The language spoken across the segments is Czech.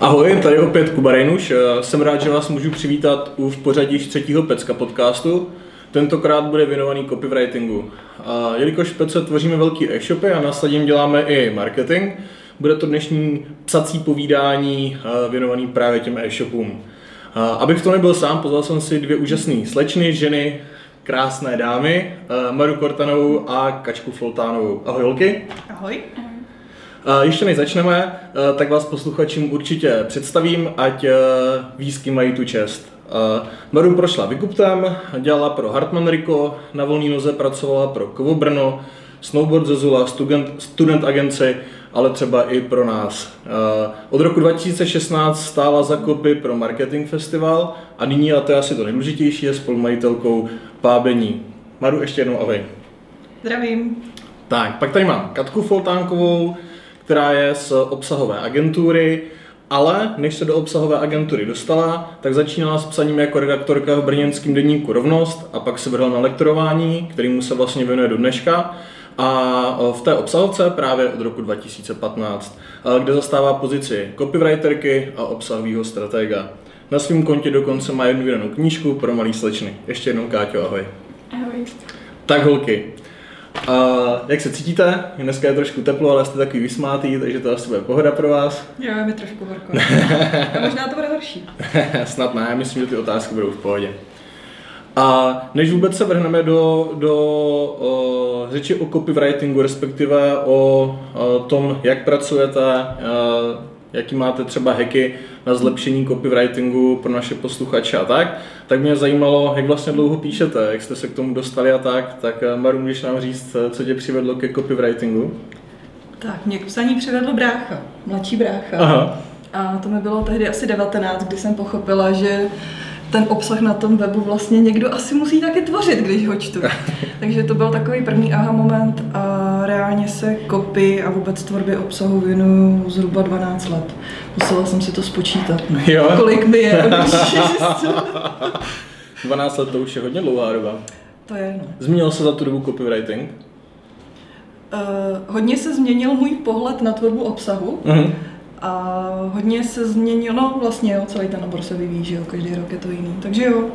Ahoj, tady opět Kuba Rejnuš. Jsem rád, že vás můžu přivítat v pořadí 3. Pecka podcastu. Tentokrát bude věnovaný copywritingu. Jelikož v Pece tvoříme velký e-shopy a následně děláme i marketing, bude to dnešní psací povídání věnovaný právě těm e-shopům. Abych to nebyl sám, pozval jsem si dvě úžasné slečny, ženy, krásné dámy, Maru Kortanovou a Kačku Foltánovou. Ahoj holky. Ahoj. Ještě než začneme, tak vás posluchačům určitě představím, ať ví, s kým mají tu čest. Maru prošla Vikuptem, dělala pro Hartmann Ricco, na volné noze pracovala pro Kovo Brno, Snowboard Zezula, Student agenci, ale třeba i pro nás. Od roku 2016 stála za copy pro Marketing Festival a nyní, a to je asi to nejdůležitější, je spolumajitelkou Pábení. Maru, ještě jednou ahoj. Zdravím. Tak, pak tady mám Katku Foltánkovou, která je z obsahové agentury, ale než se do obsahové agentury dostala, tak začínala s psaním jako redaktorka v brněnském deníku Rovnost a pak se vrhla na lektorování, kterému se vlastně věnuje do dneška, a v té obsahovce právě od roku 2015, kde zastává pozici copywriterky a obsahového stratega. Na svém kontě dokonce má jednu vydanou knížku pro malý slečny. Ještě jednou, Káťo, ahoj. Ahoj. Tak holky, jak se cítíte? Dneska je trošku teplo, ale jste takový vysmátý, takže to asi bude pohoda pro vás. Jo, je mi trošku horko. A možná to bude horší. Snad ne, myslím, že ty otázky budou v pohodě. A než vůbec se vrhneme do řeči o copywritingu, respektive o tom, jak pracujete, jaký máte třeba hacky na zlepšení copywritingu pro naše posluchače a tak mě zajímalo, jak vlastně dlouho píšete, jak jste se k tomu dostali a tak Maru, můžeš nám říct, co tě přivedlo ke copywritingu? Tak, mě k psaní přivedl brácha, mladší brácha. Aha. A to mi bylo tehdy asi 19, kdy jsem pochopila, že ten obsah na tom webu vlastně někdo asi musí taky tvořit, když ho čtu. Takže to byl takový první aha moment a reálně se copy a vůbec tvorbě obsahu věnuju zhruba 12 let. Musela jsem si to spočítat, kolik mi je. 12 let to už je hodně dlouhá doba. To je, no. Změnil se za tu dobu copywriting? Hodně se změnil můj pohled na tvorbu obsahu. A hodně se změnilo, vlastně jo, celý ten obor se vyvíjí, že jo, každý rok je to jiný, takže jo.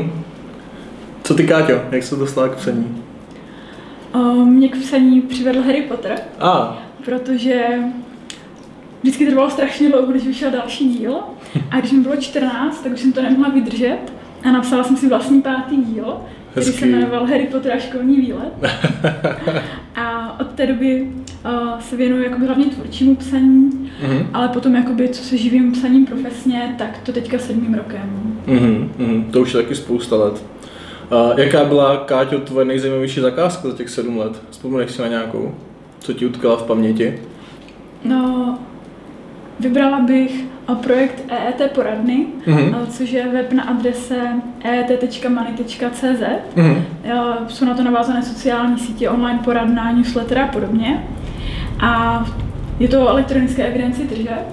Co ty, Káťo, jak se dostala k psaní? Mě k psaní přivedl Harry Potter, protože vždycky trvalo strašně dlouho, když vyšel další díl a když mi bylo 14, tak už jsem to nemohla vydržet a napsala jsem si vlastní 5. díl, který se jmenoval Harry Potter a školní výlet. A od té doby se věnuju jakoby hlavně tvůrčímu psaní, ale potom jakoby, co se živím psaním profesně, tak to teďka 7. rokem. To už je taky spousta let. Jaká byla, Káťo, tvoje nejzajímavější zakázka za těch 7 let? Vzpomeneš si na nějakou? Co ti utkala v paměti? No, vybrala bych projekt EET poradny, což je web na adrese eet.money.cz. Jsou na to navázané sociální sítě, online poradna, newsletter a podobně. A je to elektronické evidenci tržeb.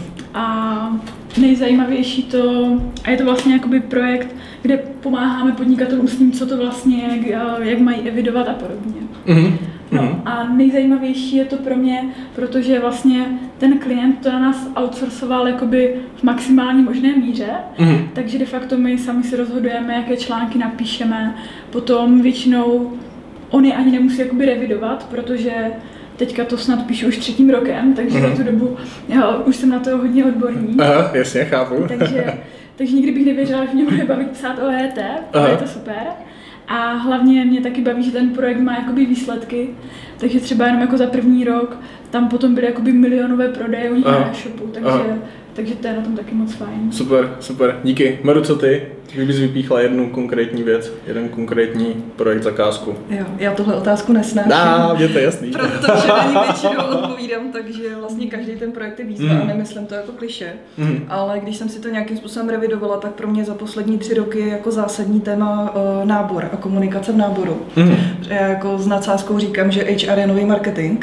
A nejzajímavější a je to vlastně jakoby projekt, kde pomáháme podnikatelům s tím, co to vlastně je, jak mají evidovat a podobně. No a nejzajímavější je to pro mě, protože vlastně ten klient to na nás outsourcoval jakoby v maximální možné míře, takže de facto my sami si rozhodujeme, jaké články napíšeme, potom většinou on je ani nemusí jakoby revidovat, protože teďka to snad píšu už 3. rokem, takže za tu dobu už jsem na to hodně odborný. Aha, jasně, chápu. takže nikdy bych nevěřila, že mě bude bavit psát o EET, ale je to super. A hlavně mě taky baví, že ten projekt má jakoby výsledky, takže třeba jenom jako za 1. rok tam potom byly jakoby milionové prodeje u nich na e-shopu, takže to je na tom taky moc fajn. Super, díky. Maru, co ty? Kdybys vypíchla jednu konkrétní věc, jeden konkrétní projekt, zakázku. Jo, já tohle otázku nesnáším. Mě to je jasný. Protože na ní většinou odpovídám, takže vlastně každý ten projekt je výzva a nemyslím to jako klišé. Ale když jsem si to nějakým způsobem revidovala, tak pro mě za poslední 3 roky je jako zásadní téma nábor a komunikace v náboru. Já jako s nadsázkou říkám, že HR je nový marketing,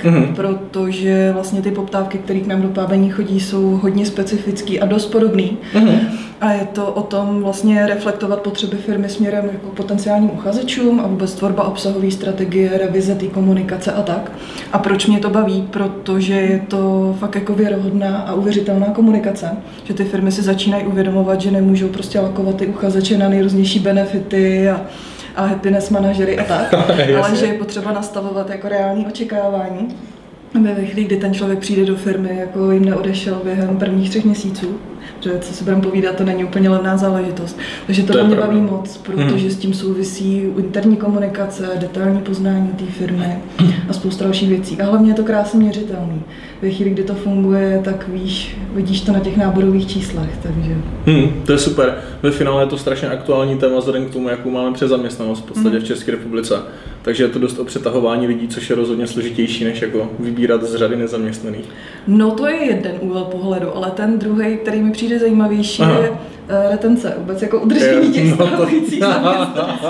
protože vlastně ty poptávky, které k nám do Pábení chodí, jsou hodně specifický a dost podobný. A je to o tom vlastně reflektovat potřeby firmy směrem jako potenciálním uchazečům a vůbec tvorba obsahové strategie, revize té komunikace a tak. A proč mě to baví? Protože je to fakt jako věrohodná a uvěřitelná komunikace, že ty firmy si začínají uvědomovat, že nemůžou prostě lakovat ty uchazeče na nejrůznější benefity a happiness manažery a tak, ale že je potřeba nastavovat jako reální očekávání. Ve chvíli, kdy ten člověk přijde do firmy, jako jim neodešel během prvních 3 měsíců, že co si budeme povídat, to není úplně levná záležitost. Takže to mě baví moc, protože s tím souvisí interní komunikace, detailní poznání té firmy a spousta dalších věcí. A hlavně je to krásně měřitelný. Ve chvíli, kdy to funguje, tak vidíš to na těch náborových číslech. Takže. To je super. Ve finále je to strašně aktuální téma vzhledem k tomu, jakou máme přezaměstnanost v podstatě v České republice. Takže je to dost o přetahování lidí, což je rozhodně složitější, než jako vybírat z řady nezaměstnaných. No to je jeden úhel pohledu, ale ten druhý, který mi přijde zajímavější, je retence, vůbec jako udržení těch stávajících zaměstnanců.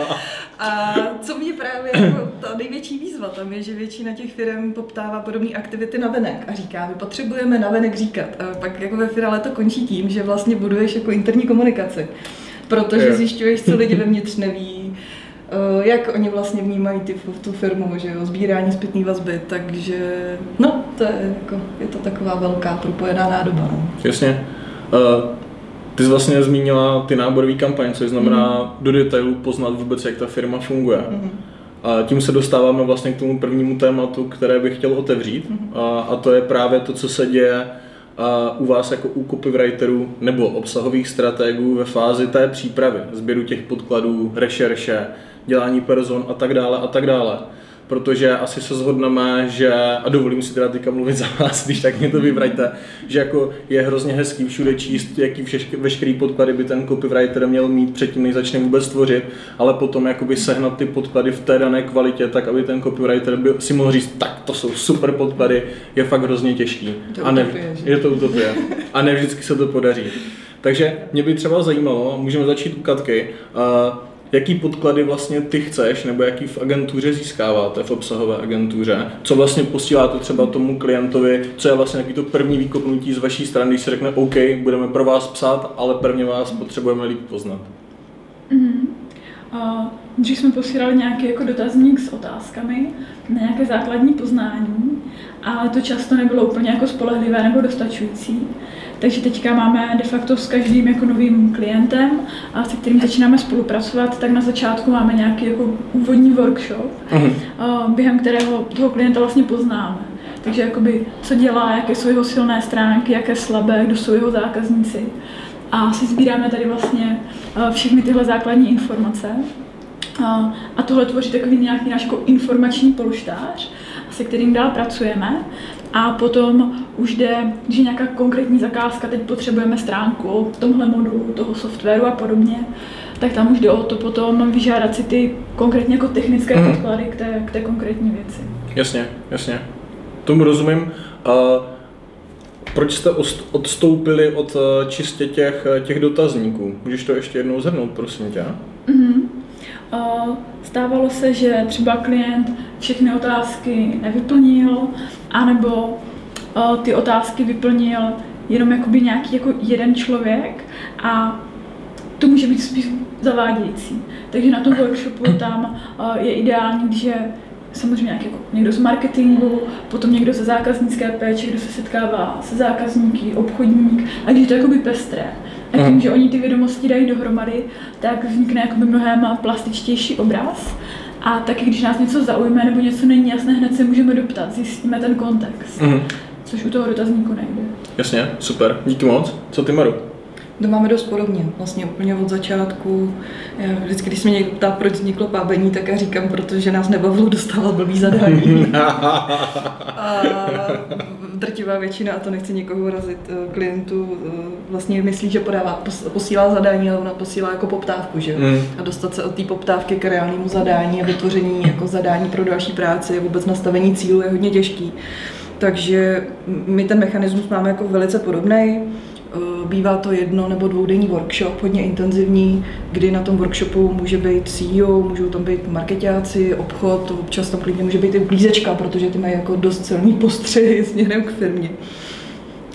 A co mě právě jako ta největší výzva tam je, že většina těch firm poptává podobné aktivity navenek a říká, my potřebujeme navenek říkat. A pak jako ve finále to končí tím, že vlastně buduješ jako interní komunikaci, protože zjišťuješ, co lidi vevnitř neví, jak oni vlastně vnímají tu firmu, že jo, sbírání zpětné vazby, takže no, je to taková velká propojená nádoba. No. Jasně. Ty jsi vlastně zmínila ty náborové kampaně, což znamená do detailu poznat vůbec, jak ta firma funguje. A tím se dostáváme vlastně k tomu prvnímu tématu, které bych chtěl otevřít. A to je právě to, co se děje u vás jako u copywriterů nebo obsahových strategů ve fázi té přípravy, sběru těch podkladů, rešerše, dělání person a tak dále. Protože asi se shodneme, že, a dovolím si teda teďka mluvit za vás, když tak mě to vyvraťte, že jako je hrozně hezký všude číst, jaký veškerý podklady by ten copywriter měl mít předtím, než začne vůbec tvořit, ale potom jakoby sehnat ty podklady v té dané kvalitě, tak aby ten copywriter si mohl říct, tak to jsou super podklady, je fakt hrozně těžký. Je to utopie. A ne vždycky se to podaří. Takže mě by třeba zajímalo, můžeme začít u Katky, jaký podklady vlastně ty chceš, nebo jaký v agentuře získáváte, v obsahové agentuře? Co vlastně posíláte třeba tomu klientovi, co je vlastně nějaký to první výkopnutí z vaší strany, když se řekne OK, budeme pro vás psát, ale prvně vás potřebujeme líp poznat? Dřív jsme posílali nějaký jako dotazník s otázkami na nějaké základní poznání, ale to často nebylo úplně jako spolehlivé nebo dostačující. Takže teďka máme de facto s každým jako novým klientem, a se kterým začínáme spolupracovat, tak na začátku máme nějaký jako úvodní workshop, během kterého toho klienta vlastně poznáme. Takže jakoby, co dělá, jaké jsou jeho silné stránky, jaké slabé, kdo jsou jeho zákazníci. A si sbíráme tady vlastně všechny tyhle základní informace. A tohle tvoří takový nějaký náš jako informační polštář, se kterým dál pracujeme. A potom už jde, když je nějaká konkrétní zakázka, teď potřebujeme stránku v tomhle modulu toho softwaru a podobně, tak tam už jde o to potom vyžádat si ty konkrétně jako technické podklady k té konkrétní věci. Jasně. Tomu rozumím. Proč jste odstoupili od čistě těch dotazníků? Můžeš to ještě jednou shrnout, prosím tě? Stávalo se, že třeba klient všechny otázky nevyplnil, anebo ty otázky vyplnil jenom jakoby nějaký jako jeden člověk a to může být spíš zavádějící. Takže na tom workshopu tam je ideální, když je samozřejmě jako někdo z marketingu, potom někdo ze zákaznické péče, kdo se setkává se zákazníky, obchodník, a když je to jakoby pestré. A tím, že oni ty vědomosti dají dohromady, tak vznikne jakoby mnohem plastičtější obraz. A taky když nás něco zaujme nebo něco není jasné, hned se můžeme doptat, zjistíme ten kontext, což u toho dotazníku nejde. Jasně, super, díky moc. Co ty, Maru? To máme dost podobně, vlastně úplně od začátku. Vždycky, když se mě někdo ptá, proč vzniklo pábení, tak já říkám, protože nás nebavilo dostávat blbý zadání. A drtivá většina, a to nechci někoho urazit, klientů vlastně myslí, že posílá zadání, ale ona posílá jako poptávku, že? A dostat se od té poptávky k reálnému zadání a vytvoření jako zadání pro další práci, vůbec nastavení cílu je hodně těžký. Takže my ten mechanismus máme jako velice podobný. Bývá to 1- nebo 2denní workshop, hodně intenzivní, kdy na tom workshopu může být CEO, můžou tam být marketáci, obchod, občas tam klidně může být i uklízečka, protože ty mají jako dost silný postřehy směrem k firmě.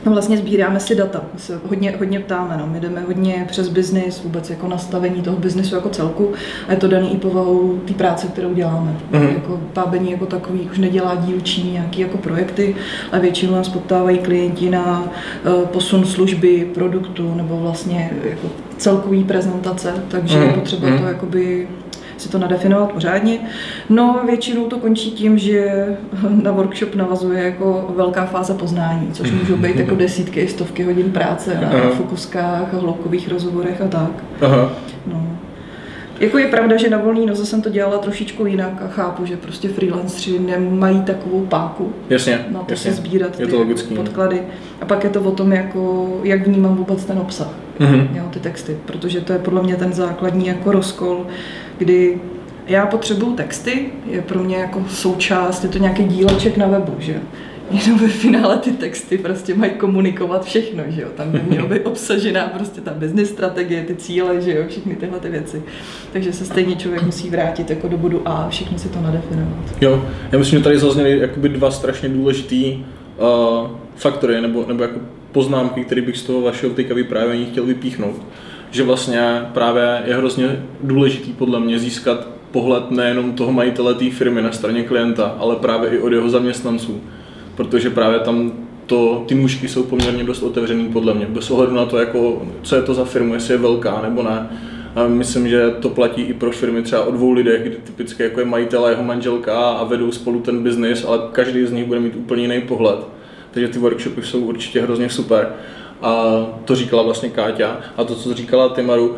No vlastně sbíráme si data, my se hodně ptáme, no. My jdeme hodně přes biznis, vůbec jako nastavení toho biznisu jako celku a je to daný i povahou té práce, kterou děláme. Jako Pábení jako takový už nedělá dílčí nějaký jako projekty, ale většinou nás poptávají klienti na posun služby, produktu nebo vlastně jako celkový prezentace, takže je potřeba to jakoby si to nadefinovat pořádně. No a většinou to končí tím, že na workshop navazuje jako velká fáze poznání, což můžou být jako desítky i stovky hodin práce na fokuskách, hloubkových rozhovorech a tak. No. Jako je pravda, že na volný noze jsem to dělala trošičku jinak a chápu, že prostě freelancři nemají takovou páku na to si sbírat ty podklady. A pak je to o tom, jako, jak vnímám vůbec ten obsah, ty texty, protože to je podle mě ten základní jako rozkol, kdy já potřebuju texty, je pro mě jako součást, je to nějaký díleček na webu, že jenom ve finále ty texty prostě mají komunikovat všechno, že jo, tam by měla být obsažená prostě ta business strategie, ty cíle, že jo, všechny tyhle ty věci. Takže se stejně člověk musí vrátit jako do bodu A, všechno si to nadefinovat. Jo, já myslím, že tady zazněly jakoby dva strašně důležitý faktory, nebo jako poznámky, které bych z toho vašeho teďka vyprávění chtěl vypíchnout. Že vlastně právě je hrozně důležitý podle mě získat pohled nejenom toho majitele té firmy na straně klienta, ale právě i od jeho zaměstnanců. Protože právě tam ty nůžky jsou poměrně dost otevřený podle mě, bez ohledu na to, jako, co je to za firmu, jestli je velká nebo ne. A myslím, že to platí i pro firmy třeba o 2 lidech, kdy typicky jako je majitel a jeho manželka a vedou spolu ten biznis, ale každý z nich bude mít úplně jiný pohled. Takže ty workshopy jsou určitě hrozně super. A to říkala vlastně Káťa a to, co říkala ty, Maru,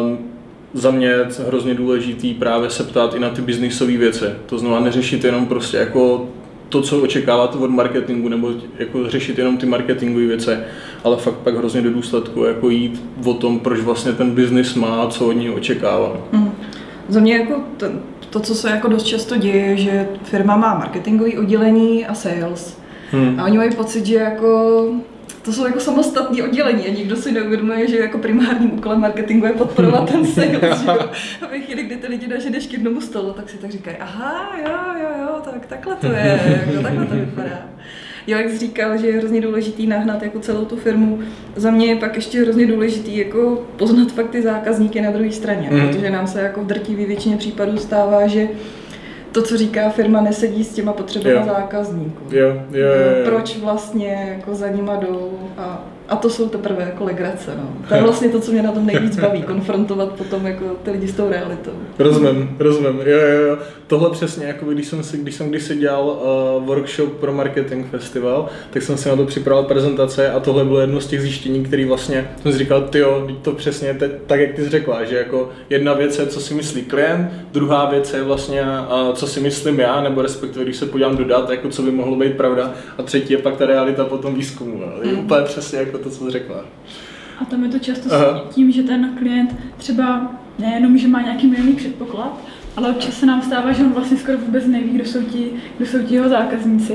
za mě je hrozně důležitý právě se ptát i na ty biznisové věci. To znamená neřešit jenom prostě jako to, co očekáváte od marketingu, nebo jako řešit jenom ty marketingové věci, ale fakt pak hrozně do důsledku jako jít o tom, proč vlastně ten biznis má a co od něj očekává. Za mě jako to, co se jako dost často děje, že firma má marketingové oddělení a sales. A oni mají pocit, že jako to jsou jako samostatní oddělení a nikdo si neuvědomuje, že jako primárním úkolem marketingu je podporovat ten sales. A ve chvíli, kdy ty lidi naženeš k jednomu stolu, tak si tak říkají, aha, jo, tak takhle to je, jako takhle to vypadá. Jo, jak jsi říkal, že je hrozně důležitý nahnat jako celou tu firmu. Za mě je pak ještě hrozně důležitý jako poznat fakt ty zákazníky na druhé straně, protože nám se jako v drtivé většině případů stává, že to, co říká firma, nesedí s těma potřebama zákazníků. Proč vlastně jako za nima jdou a to jsou teprve jako legrace. No. To je vlastně to, co mě na tom nejvíc baví, konfrontovat potom jako ty lidi s tou realitou. Rozumím. Jo. Tohle přesně, jako když jsem kdysi dělal workshop pro marketing festival, tak jsem si na to připravil prezentace a tohle bylo jedno z těch zjištění, který vlastně jsem si říkal, to přesně tak, jak ty jsi řekla, že jako jedna věc je, co si myslí klient, druhá věc je vlastně, co si myslím já, nebo respektive, když se podívám do dat, jako co by mohlo být pravda, a třetí je pak ta realita potom výzkumu. Je úplně přesně jako to, co jsi řekla. A tam je to často tím, že ten klient třeba nejenom, že má nějaký mylný předpoklad, ale občas se nám stává, že on vlastně skoro vůbec neví, kdo jsou ti jeho zákazníci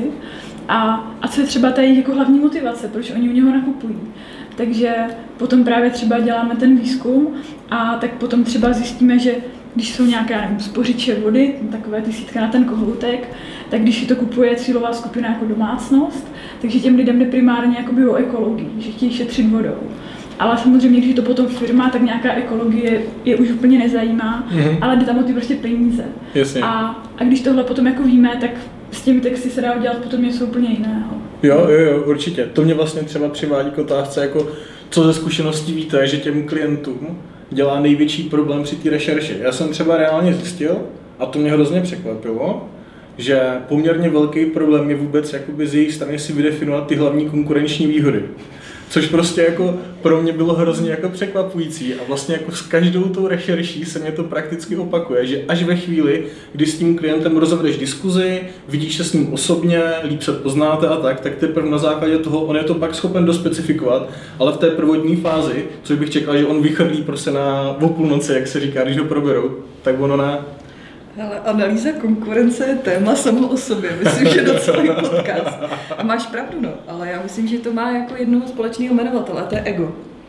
a co je třeba ta jejich jako hlavní motivace, proč oni u něho nakupují. Takže potom právě třeba děláme ten výzkum a tak potom třeba zjistíme, že když jsou nějaké spořiče vody, takové ty sítka na ten kohoutek, tak když si to kupuje cílová skupina jako domácnost, takže těm lidem jde primárně jakoby o ekologii, že chtějí šetřit vodou. Ale samozřejmě, když je to potom firma, tak nějaká ekologie je už úplně nezajímá, ale jde tam o ty prostě peníze. A když tohle potom jako víme, tak s těmi texty se dá udělat potom něco úplně jiného. Jo, určitě. To mě vlastně třeba přivádí k otázce, jako co ze zkušeností víte, že těm klientům dělá největší problém při té rešerši. Já jsem třeba reálně zjistil, a to mě hrozně překvapilo, že poměrně velký problém je vůbec jakoby z jejich strany si vydefinovat ty hlavní konkurenční výhody. Což prostě jako pro mě bylo hrozně jako překvapující a vlastně jako s každou tou rešerší se mě to prakticky opakuje, že až ve chvíli, kdy s tím klientem rozvedeš diskuzi, vidíš se s ním osobně, líp se poznáte a tak teprve na základě toho on je to pak schopen dospecifikovat, ale v té prvotní fázi, což bych čekal, že on vychrlí prostě o půlnoci, jak se říká, když ho proberou, tak ono ne. Ale analýza konkurence je téma samo o sobě, myslím, že docela podcast. A máš pravdu, no, ale já myslím, že to má jako jednoho společného jmenovatele, a to je ego.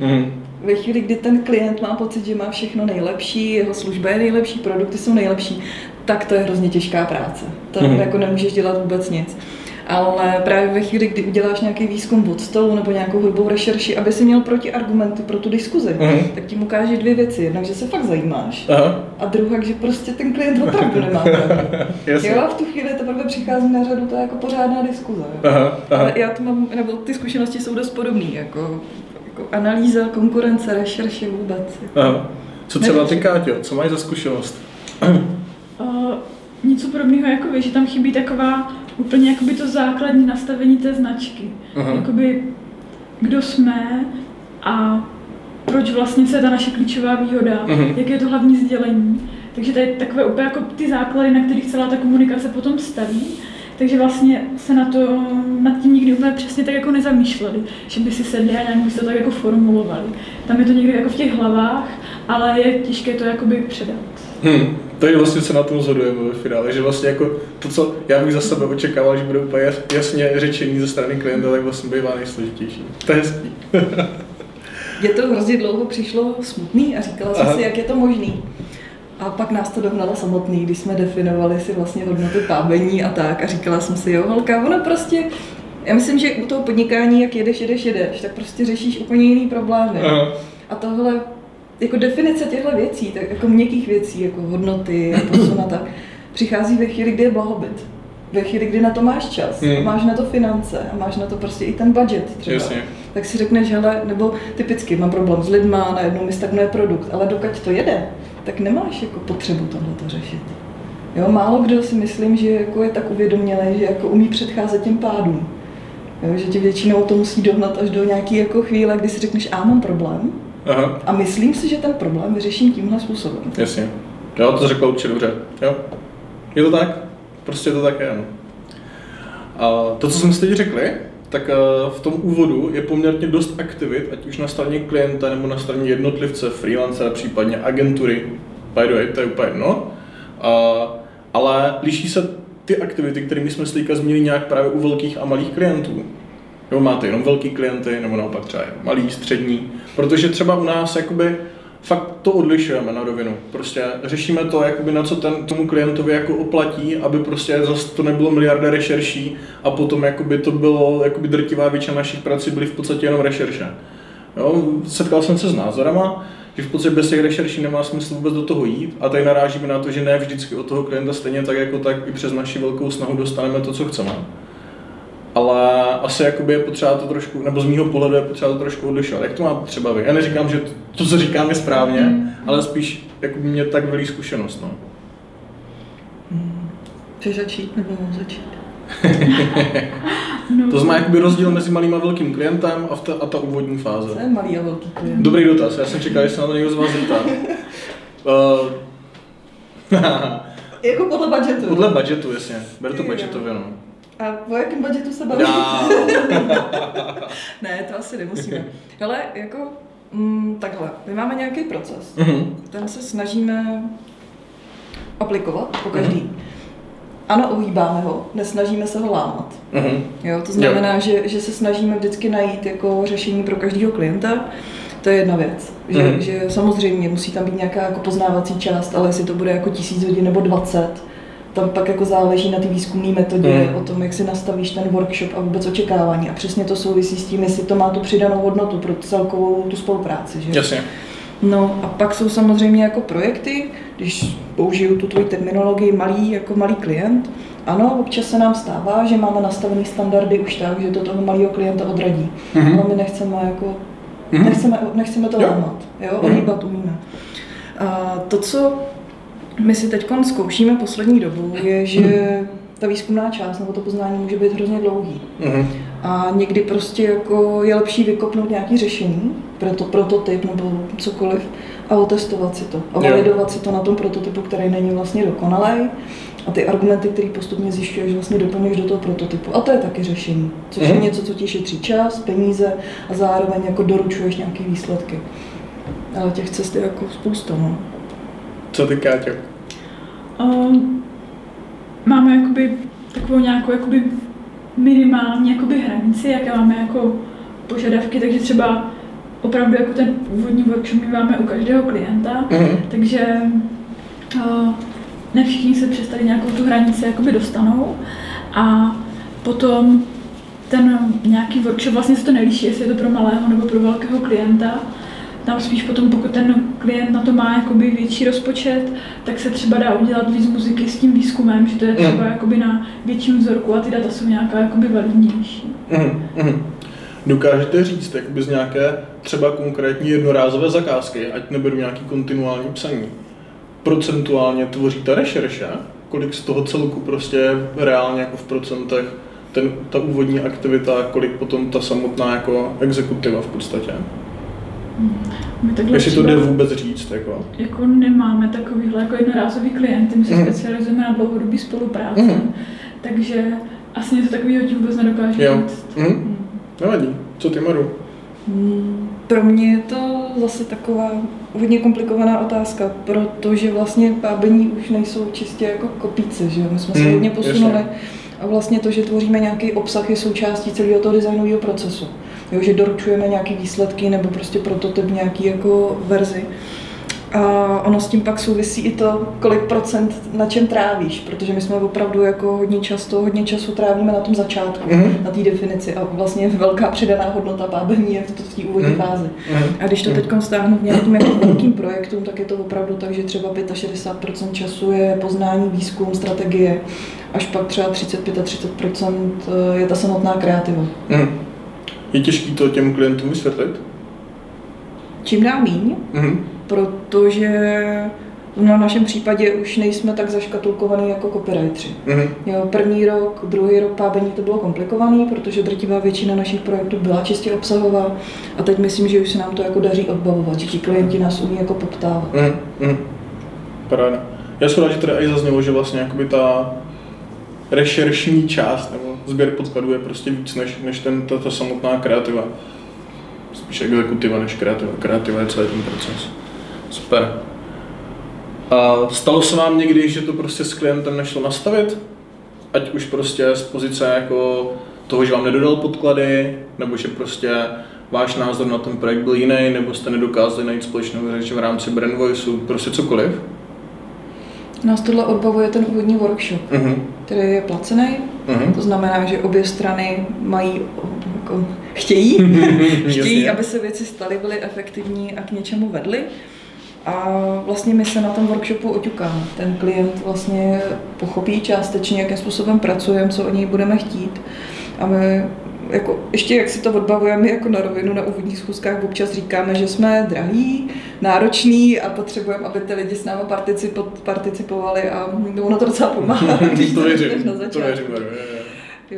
Ve chvíli, kdy ten klient má pocit, že má všechno nejlepší, jeho služba je nejlepší, produkty jsou nejlepší, tak to je hrozně těžká práce. To jako nemůžeš dělat vůbec nic. Ale právě ve chvíli, kdy uděláš nějaký výzkum od stolu nebo nějakou hrubou rešerši, aby si měl protiargumenty pro tu diskuzi, tak ti ukáže 2 věci. Jednak, že se fakt zajímáš, a druhá, že prostě ten klient opravdu nemá pravdu. Jo, a v tu chvíli teprve přichází na řadu ta jako pořádná diskuze. Ale já to mám, nebo ty zkušenosti jsou dost podobné, jako analýza, konkurence, rešerše vůbec. Co třeba ty, Káťo, co máš za zkušenost? Něco podobného, jakoby, že tam chybí taková úplně jakoby to základní nastavení té značky. Jakoby, kdo jsme a proč vlastně co je ta naše klíčová výhoda, jaké je to hlavní sdělení. Takže to je takové úplně jako ty základy, na kterých celá ta komunikace potom staví. Takže vlastně se nad tím nikdy úplně přesně tak jako nezamýšleli, že by si sedli a nějak by se to tak jako formulovali. Tam je to někdy jako v těch hlavách, ale je těžké to jakoby předat. Tady vlastně se na tom shodujeme ve finále, že vlastně jako to, co já bych za sebe očekával, že bude úplně jasně řečení ze strany klienta, tak vlastně bývá nejsložitější. To je hezký. Je to hrozně dlouho přišlo smutný a říkala jsem si, jak je to možný. A pak nás to dohnalo samotný, když jsme definovali si vlastně hodnoty pábení a tak a říkala jsem si, jo holka, ono prostě, já myslím, že u toho podnikání, jak jedeš, tak prostě řešíš úplně jiný problémy. A tohle, jako definice těchto věcí, tak jako měkkých věcí, jako hodnoty a posun a tak, přichází ve chvíli, kdy je blahobyt. Ve chvíli, kdy na to máš čas, a máš na to finance a máš na to prostě i ten budget třeba. Jasně. Tak si řekneš, hele, nebo typicky mám problém s lidma, najednou mi stagnuje produkt, ale dokud to jede, tak nemáš jako potřebu tohleto řešit. Jo, málo kdo si myslím, že jako je tak uvědomělý, že jako umí předcházet těm pádům. Jo, že tě většinou to musí dohnat až do nějaké jako chvíle, kdy si řekneš, mám problém a myslím si, že ten problém vyřeším tímhle způsobem. Jasně. Jo, to řekla určitě dobře. Jo. Je to tak? Prostě to tak je, ano. A to, co jsme si teď řekli, tak v tom úvodu je poměrně dost aktivit, ať už na straně klienta nebo na straně jednotlivce, freelancera, případně agentury. By the way, to je úplně jedno. Ale liší se ty aktivity, kterými jsme se teďka zmínili nějak právě u velkých a malých klientů. Nebo máte jenom velký klienty, nebo naopak třeba malý, střední. Protože třeba u nás jakoby fakt to odlišujeme na rovinu. Prostě řešíme to, jakoby na co tomu klientovi jako oplatí, aby prostě zase to nebylo miliarda rešerší a potom jakoby to bylo, jakoby drtivá většina našich prací byly v podstatě jenom rešerše. Jo, setkal jsem se s názorama, že v podstatě bez těch rešerší nemá smysl vůbec do toho jít a tady narážíme na to, že ne vždycky od toho klienta stejně tak jako tak i přes naši velkou snahu dostaneme to, co chceme. Ale asi jakoby je potřeba to trošku, nebo z mýho pohledu je potřeba to trošku odlišovat. Jak to má třeba vy? Já neříkám, že to, co říkám, je správně, ale spíš jakoby mě tak velí zkušenost. No. Chceš začít nebo mám začít? No. To znamená jakoby rozdíl mezi malým a velkým klientem a ta úvodní fáze. Co je malý a velký klient? Dobrý dotaz, já jsem čekal, že se na to někdo z vás zeptá. Jako podle budgetu. Podle budgetu, jasně. Ber to budgetově, no. A o jakém budgetu se baví? Ne, to asi nemusíme. Hele, jako takhle, my máme nějaký proces. Ten se snažíme aplikovat po každý. Ano, ohýbáme ho, nesnažíme se ho lámat. Jo, to znamená, že se snažíme vždycky najít jako řešení pro každého klienta. To je jedna věc, že samozřejmě musí tam být nějaká jako poznávací část, ale jestli to bude jako 1000 hodin nebo 20, tam pak jako záleží na té výzkumné metodě, o tom, jak si nastavíš ten workshop a vůbec očekávání. A přesně to souvisí s tím, jestli to má tu přidanou hodnotu pro celkovou tu spolupráci. Že? Jasně. No a pak jsou samozřejmě jako projekty, když použiju tu tvoji terminologii, malý klient. Ano, občas se nám stává, že máme nastavený standardy už tak, že to toho malého klienta odradí. Ale my nechceme jako, nechceme to lámat, jo, ohýbat umíme. A to, co my si teď zkoušíme poslední dobu, je, že ta výzkumná část nebo to poznání může být hrozně dlouhý. A někdy prostě jako je lepší vykopnout nějaké řešení, prototyp nebo cokoliv a otestovat si to. A validovat si to na tom prototypu, který není vlastně dokonalý. A ty argumenty, které postupně zjišťuješ, vlastně doplňuješ do toho prototypu. A to je taky řešení, což je něco, co ti šetří čas, peníze a zároveň jako doručuješ nějaké výsledky. Ale těch cest je jako spousta, no. Co ty, Káťo? Máme jakoby takovou nějakou jakoby minimální jakoby hranici, jaké máme jako požadavky, takže třeba opravdu jako ten úvodní workshop my máme u každého klienta, takže ne všichni se přes tady nějakou tu hranici jakoby dostanou a Potom ten nějaký workshop, vlastně se to neliší, jestli je to pro malého nebo pro velkého klienta. Tam spíš potom, pokud ten klient na to má jakoby větší rozpočet, tak se třeba dá udělat víc muziky s tím výzkumem, že to je třeba jakoby na větším vzorku a ty data jsou nějaká jakoby validnější. Dokážete říct jakoby z nějaké třeba konkrétní jednorázové zakázky, ať neberu nějaký kontinuální psaní, procentuálně tvoříte rešerše, kolik z toho celku prostě reálně jako v procentech ta úvodní aktivita, kolik potom ta samotná jako exekutiva v podstatě? Jestli to jde vůbec říct? Jako nemáme takovýhle jako jednorázový klienty, my se specializujeme na dlouhodobý spolupráce, takže asi něco takového ti vůbec nedokážu říct. Nevadí. Co ty, Maru? Pro mě je to zase taková hodně komplikovaná otázka, protože vlastně pábení už nejsou čistě jako kopíci, že my jsme se hodně posunuli a vlastně to, že tvoříme nějaký obsah, je součástí celého toho designového procesu. Jo, že doručujeme nějaké výsledky nebo prostě prototyp nějaký jako verzi. A ono s tím pak souvisí i to, kolik procent na čem trávíš, protože my jsme opravdu jako hodně času trávíme na tom začátku, na té definici a vlastně velká přidaná hodnota pábení je v té úvodní fázi. A když to teď stáhnu v nějakým jako velkým projektům, tak je to opravdu tak, že třeba 65% času je poznání, výzkum, strategie, až pak třeba 35-30% je ta samotná kreativa. Je těžké to těm klientům vysvětlit? Čím dál míň, protože v našem případě už nejsme tak zaškatulkovaný jako copywriteri. Jo, první rok, druhý rok pábení to bylo komplikovaný, protože drtivá většina našich projektů byla čistě obsahová a teď myslím, že už se nám to jako daří odbavovat, že ti klienti nás umí jako poptávat. Paráda. Já jsem rád, že tady i zaznělo, že vlastně jakoby ta rešeršní část nebo sběr podkladů je prostě víc než ta samotná kreativa. Spíš exekutiva než kreativa. Kreativa je celý ten proces. Super. A stalo se vám někdy, že to prostě s klientem nešlo nastavit? Ať už prostě z pozice jako toho, že vám nedodal podklady, nebo že prostě váš názor na ten projekt byl jiný, nebo jste nedokázali najít společnou řeč v rámci Brand Voiceu, prostě cokoliv? Nás tohle odbavuje ten úvodní workshop, který je placený. To znamená, že obě strany mají, jako, chtějí, aby se věci staly, byly efektivní a k něčemu vedly. A vlastně my se na tom workshopu oťukáme. Ten klient vlastně pochopí částečně, jakým způsobem pracujeme, co od něj budeme chtít. A my jako, ještě jak si to odbavujeme jako na rovinu na úvodních schůzkách, občas říkáme, že jsme drahý, náročný a potřebujeme, aby ty lidi s námi participovali a ono to docela pomáhá, když to věřím, na začátku. Jo.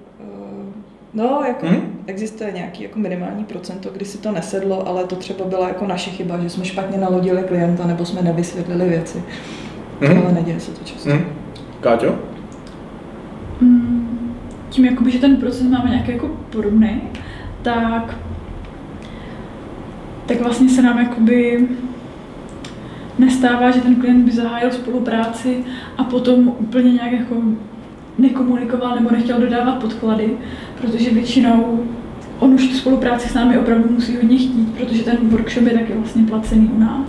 No, jako existuje nějaký jako minimální procento, kdy si to nesedlo, ale to třeba byla jako naše chyba, že jsme špatně nalodili klienta nebo jsme nevysvětlili věci. Ale neděje se to často. Káťo? Tím, jakoby, že ten proces máme nějaký jako podobný, tak vlastně se nám jakoby nestává, že ten klient by zahájil spolupráci a potom úplně nějak jako nekomunikoval nebo nechtěl dodávat podklady, protože většinou on už tu spolupráci s námi opravdu musí hodně chtít, protože ten workshop je taky vlastně placený u nás.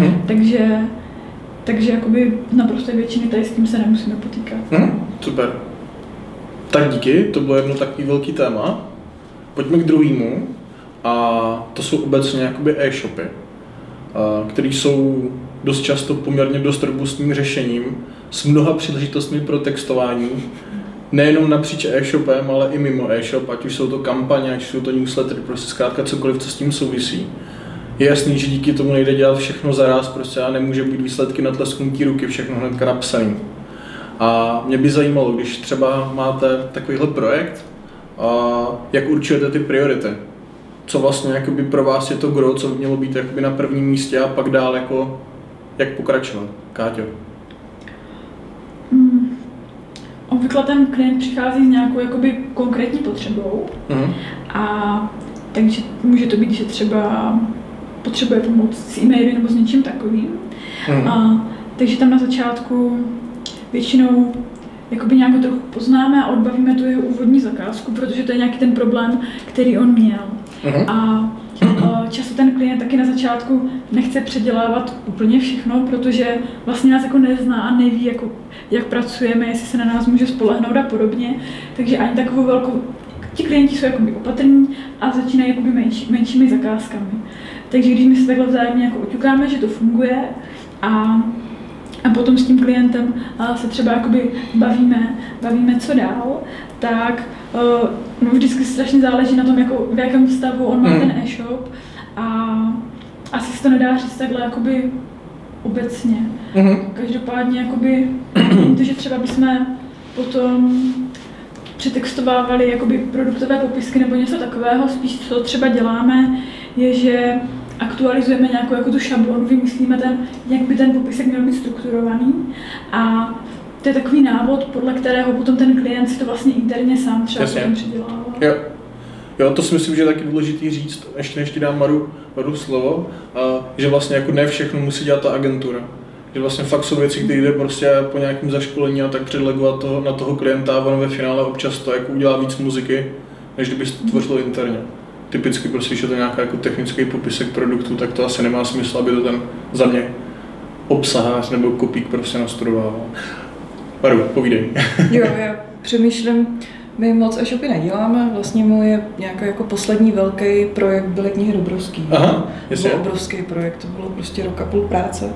Takže jakoby naprosto většiny tady s tím se nemusíme potýkat. Super. Tak díky, to bylo jedno takový velký téma. Pojďme k druhému a to jsou obecně jakoby e-shopy, které jsou dost často poměrně dost robustním řešením s mnoha příležitostmi pro textování, nejenom napříč e-shopem, ale i mimo e-shop, ať už jsou to kampaně, ať jsou to newslettery, prostě zkrátka cokoliv, co s tím souvisí. Je jasný, že díky tomu nejde dělat všechno zaraz, prostě a nemůže být výsledky na tlesknutí ruky, všechno hnedka napsaný. A mě by zajímalo, když třeba máte takovýhle projekt, jak určujete ty priority? Co vlastně jakoby pro vás je to gro, co by mělo být jakoby na prvním místě a pak dál jako, jak pokračovat? Káťo? Obvykle ten klient přichází s nějakou jakoby konkrétní potřebou a takže může to být, že třeba potřebuje pomoct s e-maily nebo s něčím takovým. Takže tam na začátku většinou jakoby nějak trochu poznáme a odbavíme tu jeho úvodní zakázku, protože to je nějaký ten problém, který on měl. A často ten klient taky na začátku nechce předělávat úplně všechno, protože vlastně nás jako nezná a neví, jako, jak pracujeme, jestli se na nás může spolehnout a podobně. Takže ani takovou velkou, ti klienti jsou jakoby opatrní a začínají jakoby menšími zakázkami. Takže když my se takhle vzájemně jako oťukáme, že to funguje a potom s tím klientem se třeba jakoby bavíme co dál, tak no vždycky strašně záleží na tom, jako v jakém stavu on má ten e-shop a asi se to nedá říct takhle jakoby obecně. Každopádně jakoby to, že třeba bychom potom přetextovávali jakoby produktové popisky nebo něco takového, spíš co třeba děláme, je, že aktualizujeme nějakou jako tu šablonu, vymyslíme jak by ten popisek měl být strukturovaný a to je takový návod, podle kterého potom ten klient si to vlastně interně sám třeba potom předělává. Jo, to si myslím, že je taky důležitý říct, ještě než ti dám Maru slovo, že vlastně jako ne všechno musí dělat ta agentura. Že vlastně fakt jsou věci, které jde prostě po nějakém zaškolení a tak předlegovat na toho klienta a on ve finále občas to jako udělá víc muziky, než kdyby to tvořilo interně. Typicky prostě, když je to nějaký jako technický popisek produktu, tak to asi nemá smysl, aby to ten za mě obsahář nebo kopík prostě nastudoval. Maru, povídej. Jo, já přemýšlím, my moc e-shopy neděláme, vlastně můj nějaký jako poslední velký projekt byly knihy Dobrovský. Aha, to byl obrovský projekt, to bylo prostě rok a půl práce.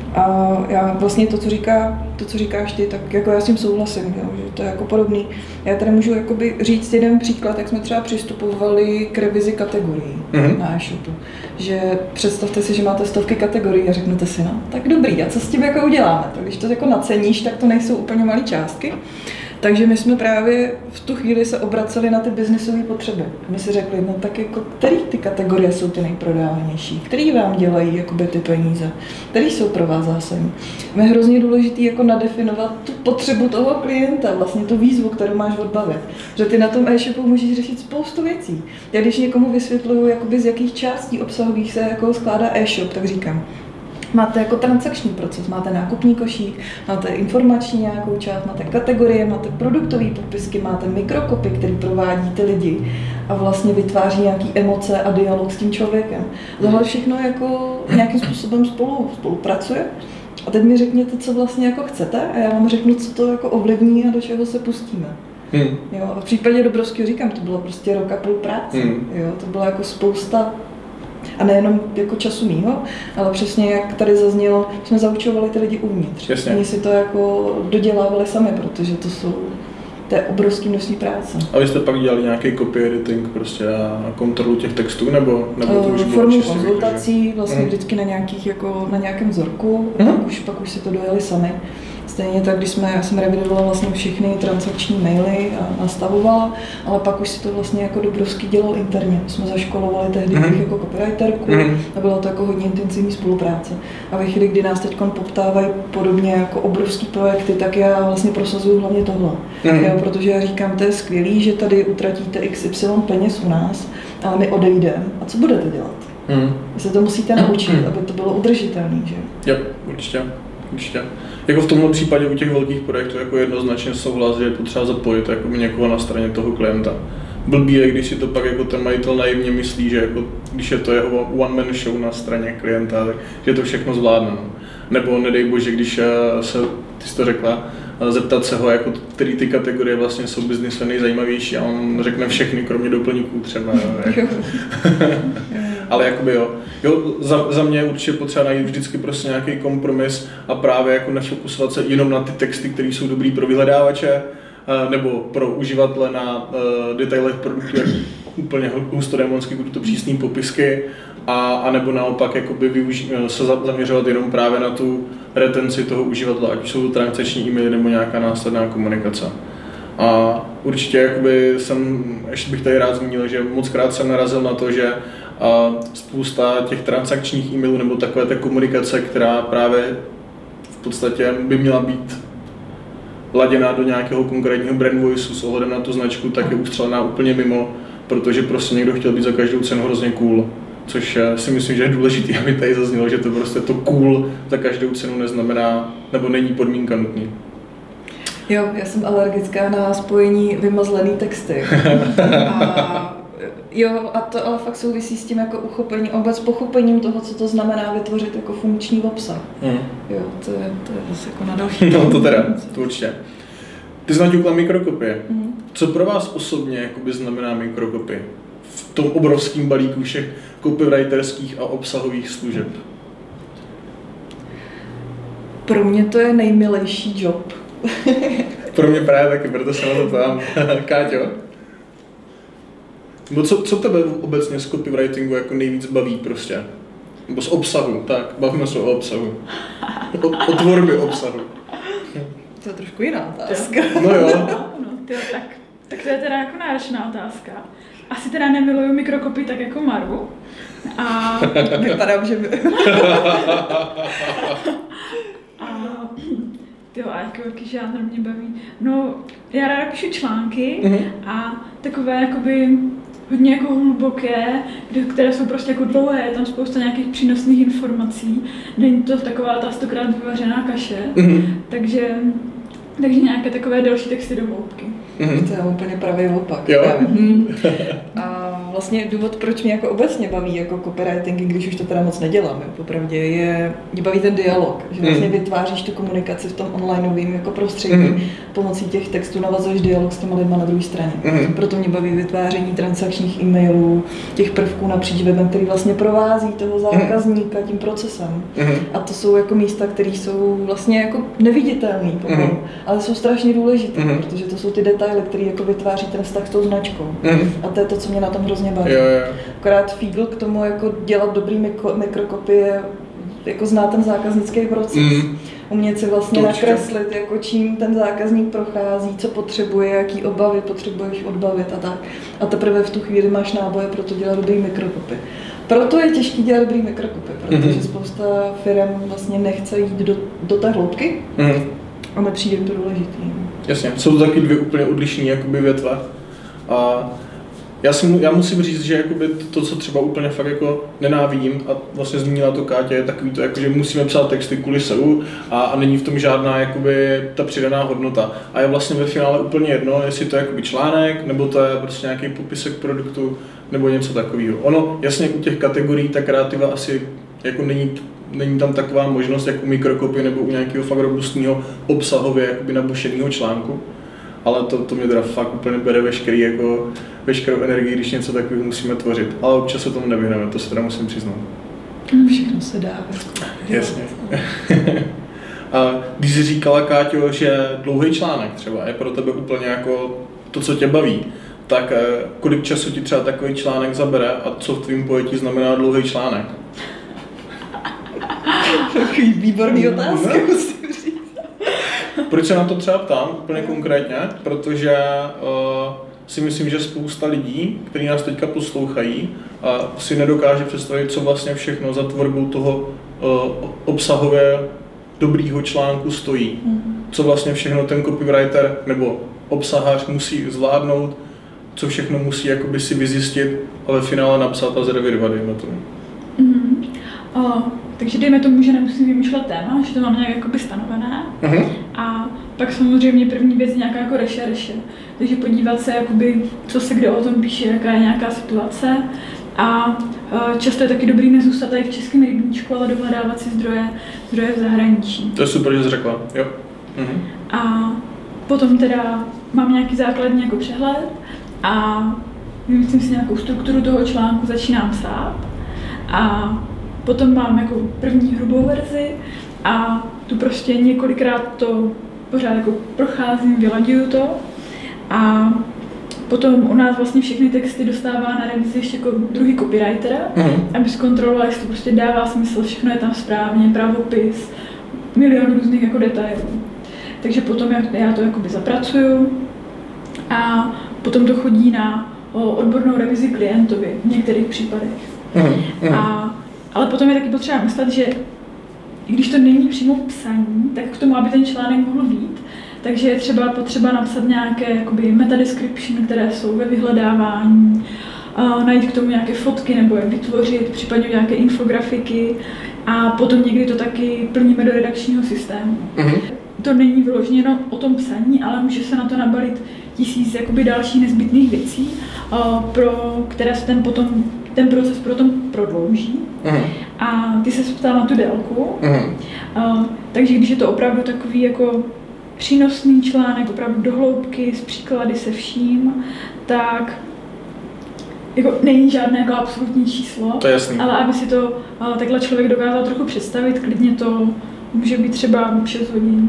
A já vlastně to, co říkáš ty, tak jako já s tím souhlasím, jo, že to je jako podobný. Já tady můžu jakoby říct jeden příklad, jak jsme třeba přistupovali k revizi kategorií na e-shopu. Že představte si, že máte stovky kategorií a řeknete si, no tak dobrý, a co s tím jako uděláme? Tak když to jako naceníš, tak to nejsou úplně malé částky. Takže my jsme právě v tu chvíli se obraceli na ty biznisové potřeby. My si řekli, no tak jako, který ty kategorie jsou ty nejprodávanější, který vám dělají jakoby ty peníze, který jsou pro vás zásadní. Je hrozně důležité jako nadefinovat tu potřebu toho klienta, vlastně tu výzvu, kterou máš odbavit. Že ty na tom e-shopu můžeš řešit spoustu věcí. Já když někomu vysvětluju, jakoby z jakých částí obsahových se jako skládá e-shop, tak říkám, máte jako transakční proces, máte nákupní košík, máte informační nějakou část, máte kategorie, máte produktové popisky, máte mikrokopy, který provádí ty lidi a vlastně vytváří nějaký emoce a dialog s tím člověkem. Tohle všechno jako nějakým způsobem spolupracuje. A teď mi řekněte, co vlastně jako chcete a já vám řeknu, co to jako ovlivní a do čeho se pustíme. Jo, a v případě Dobrovského říkám, to bylo prostě rok a půl práce. Jo, to bylo jako spousta. A nejenom jako času mýho, ale přesně jak tady zaznělo, jsme zaučovali ty lidi uvnitř. Jasně. Oni si to jako dodělávali sami, protože to je obrovský množství práce. A vy jste pak dělali nějaký copy editing prostě a kontrolu těch textů, nebo to už bylo formou konzultací, vlastně vždycky na nějakém vzorku, pak už si to dojeli sami. Stejně tak, já jsem revidovala vlastně všechny transakční maily a nastavovala, ale pak už si to vlastně jako Dobrovský dělal interně. Jsme zaškolovali tehdy jako copywriterku a byla to jako hodně intenzivní spolupráce. A ve chvíli, kdy nás teď poptávají podobně jako obrovský projekty, tak já vlastně prosazuju hlavně tohle. Jo, protože já říkám, to je skvělý, že tady utratíte XY peněz u nás, ale my odejdeme. A co budete dělat? Vy se to musíte naučit, aby to bylo udržitelné, že? Jo, určitě. Jako v tomhle případě u těch velkých projektů jako jednoznačně souhlas, že je potřeba zapojit jako někoho na straně toho klienta. Blbý je, když si to pak jako ten majitel naivně myslí, že jako, když je to jeho one-man show na straně klienta, tak, že to všechno zvládne. Nebo nedej bože, když se, ty jsi to řekla, zeptat se ho, jako, který ty kategorie vlastně jsou biznisově nejzajímavější a on řekne všechny, kromě doplňků třeba. Ale jakoby jo, za mě je určitě potřeba najít vždycky prostě nějaký kompromis a právě jako nefokusovat se jenom na ty texty, které jsou dobrý pro vyhledávače nebo pro uživatele na detailech produktu, jak úplně hustodémonsky to přísný popisky a nebo naopak jakoby se zaměřovat jenom právě na tu retenci toho uživatele, ať už jsou to transakční e-maily nebo nějaká následná komunikace. A určitě jakoby ještě bych tady rád zmínil, že mockrát jsem narazil na to, že spousta těch transakčních e-mailů nebo takové té komunikace, která právě v podstatě by měla být laděná do nějakého konkrétního brand voiceu s ohledem na tu značku, tak je ustřelená úplně mimo, protože prostě někdo chtěl být za každou cenu hrozně cool. Což si myslím, že je důležité, aby tady zaznělo, že to prostě to cool za každou cenu neznamená, nebo není podmínka nutný. Jo, já jsem alergická na spojení vymazlený texty. A Jo, a to ale fakt souvisí s tím jako pochopením toho, co to znamená vytvořit jako funkční obsah. Jo, to je zase jako na další. No to teda, to určitě. Ty jsi naťukla mikrokopie. Co pro vás osobně jakoby znamená mikrokopie? V tom obrovském balíku všech copywriterských a obsahových služeb. Pro mě to je nejmilejší job. Pro mě právě taky, proto se na to ptám. Káťo? No co tebe obecně z copywritingu jako nejvíc baví prostě? Nebo z obsahu, tak, bavíme se o obsahu. O tvorbě obsahu. To je trošku jiná otázka. No jo. Tak to je teda jako náročná otázka. Asi teda nemiluju mikrokopy tak jako Maru. A vypadám, že by. A jaký žánr mě baví? No, já ráda píšu články a takové jakoby hodně jako hluboké, které jsou prostě jako dlouhé, je tam spousta nějakých přínosných informací. Není to taková ta 100krát vyvařená kaše, takže nějaké takové delší texty do hloubky. To je úplně pravý opak. Jo. A vlastně důvod, proč mě jako obecně baví jako copywriting, když už to teda moc nedělám, popravdě, mě baví ten dialog, že vlastně vytváříš tu komunikaci v tom onlineovém jako prostředí, pomocí těch textů navazuješ dialog s těma lidma na druhé straně. Proto mě baví vytváření transakčních e-mailů, těch prvků napříč webem, který vlastně provází toho zákazníka tím procesem. A to jsou jako místa, které jsou vlastně jako neviditelné, ale jsou strašně důležité, protože to jsou ty detaily, které jako vytváří ten vztah s tou značkou. A to je to, co mě na tom hrozně baví. Akorát fígl k tomu jako dělat dobrý mikrokopie, jako znát ten zákaznický proces. Umět si vlastně nakreslit, jako čím ten zákazník prochází, co potřebuje, jaký obavy potřebuješ odbavit a tak. A teprve v tu chvíli máš náboje pro to dělat dobrý mikrokopy. Proto je těžký dělat dobrý mikrokopy, protože spousta firem vlastně nechce jít do té hloubky a nepřijde to důležitý. Jasně, jsou to taky dvě úplně odlišné jakoby větve. A já musím říct, že jakoby to, co třeba úplně fakt jako nenávidím, a vlastně zmínila to Káťa, je takový to, jako, že musíme psát texty kvůli SEO a není v tom žádná jakoby ta přidaná hodnota. A je vlastně ve finále úplně jedno, jestli to je jakoby článek, nebo to je prostě nějaký popisek produktu, nebo něco takového. Ono, jasně u těch kategorií ta kreativa asi jako není tam taková možnost jako u mikrokopy nebo u nějakého fakt robustního obsahově jakoby nabušeného článku. Ale to mě teda fakt úplně bere veškerou energii, když něco takového musíme tvořit. Ale občas se tomu nevyhneme, to se teda musím přiznat. Všechno se dá. Jasně. A když jsi říkala, Káťo, že dlouhý článek třeba je pro tebe úplně jako to, co tě baví, tak kolik času ti třeba takový článek zabere a co v tvým pojetí znamená dlouhý článek? Takový výborný otázka, musím říct. Proč se na to třeba ptám úplně konkrétně? Protože si myslím, že spousta lidí, kteří nás teďka poslouchají, si nedokáže představit, co vlastně všechno za tvorbou toho obsahově dobrýho článku stojí. Co vlastně všechno ten copywriter nebo obsahář musí zvládnout, co všechno musí jakoby si vyzjistit a ve finále napsat a zrevidovat, dejme tomu. Takže dejme tomu, že nemusím vymýšlet téma, že to mám nějak jakoby stanovené. A pak samozřejmě první věc je nějaká jako rešerše. Takže podívat se, jakoby, co se kde o tom píše, jaká je nějaká situace. A často je taky dobrý nezůstat tady v českém rybníčku, ale dohledávat si zdroje v zahraničí. To je super, že jsi řekla, jo. A potom teda mám nějaký základní jako přehled a vymyslím si nějakou strukturu toho článku, začínám psát. A potom mám jako první hrubou verzi a tu prostě několikrát to pořád jako procházím, vylaďuju to a potom u nás vlastně všechny texty dostává na revizi ještě jako druhý copywriter, aby zkontroloval, jestli to prostě dává smysl, všechno je tam správně, pravopis, milion různých jako detailů. Takže potom já to jakoby zapracuju a potom to chodí na odbornou revizi klientovi v některých případech. Ale potom je taky potřeba myslet, že i když to není přímo psaní, tak k tomu, aby ten článek mohl být, takže je třeba potřeba napsat nějaké jakoby metadescription, které jsou ve vyhledávání, najít k tomu nějaké fotky nebo jak vytvořit, případně nějaké infografiky a potom někdy to taky plníme do redakčního systému. To není vyloženě jenom o tom psaní, ale může se na to nabalit 1000 jakoby dalších nezbytných věcí, pro které se ten proces potom prodlouží. A ty se ptal na tu délku. Takže když je to opravdu takový jako přínosný článek, opravdu do hloubky, s příklady se vším, tak jako není žádné jako absolutní číslo, to je jasný. Ale aby si to takhle člověk dokázal trochu představit, klidně to může být třeba 6 hodin.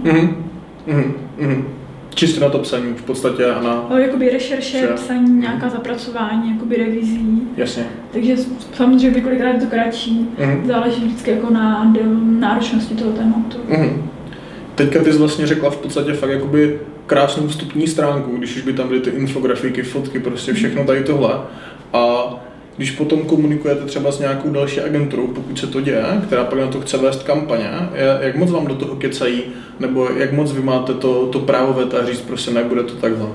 Čistě na to psaní v podstatě a na... Jakoby rešerše, psaní, nějaká zapracování, jakoby revizí. Jasně. Takže samozřejmě kolikrát je to kratší, záleží vždycky jako na náročnosti toho tématu. Teďka ty jsi vlastně řekla v podstatě fakt jakoby krásnou vstupní stránku, když už by tam byly ty infografiky, fotky, prostě všechno tady tohle. A když potom komunikujete třeba s nějakou další agenturou, pokud se to děje, která pak na to chce vést kampaně, jak moc vám do toho kecají, nebo jak moc vy máte to právo veta říct, prostě nebude to takhle?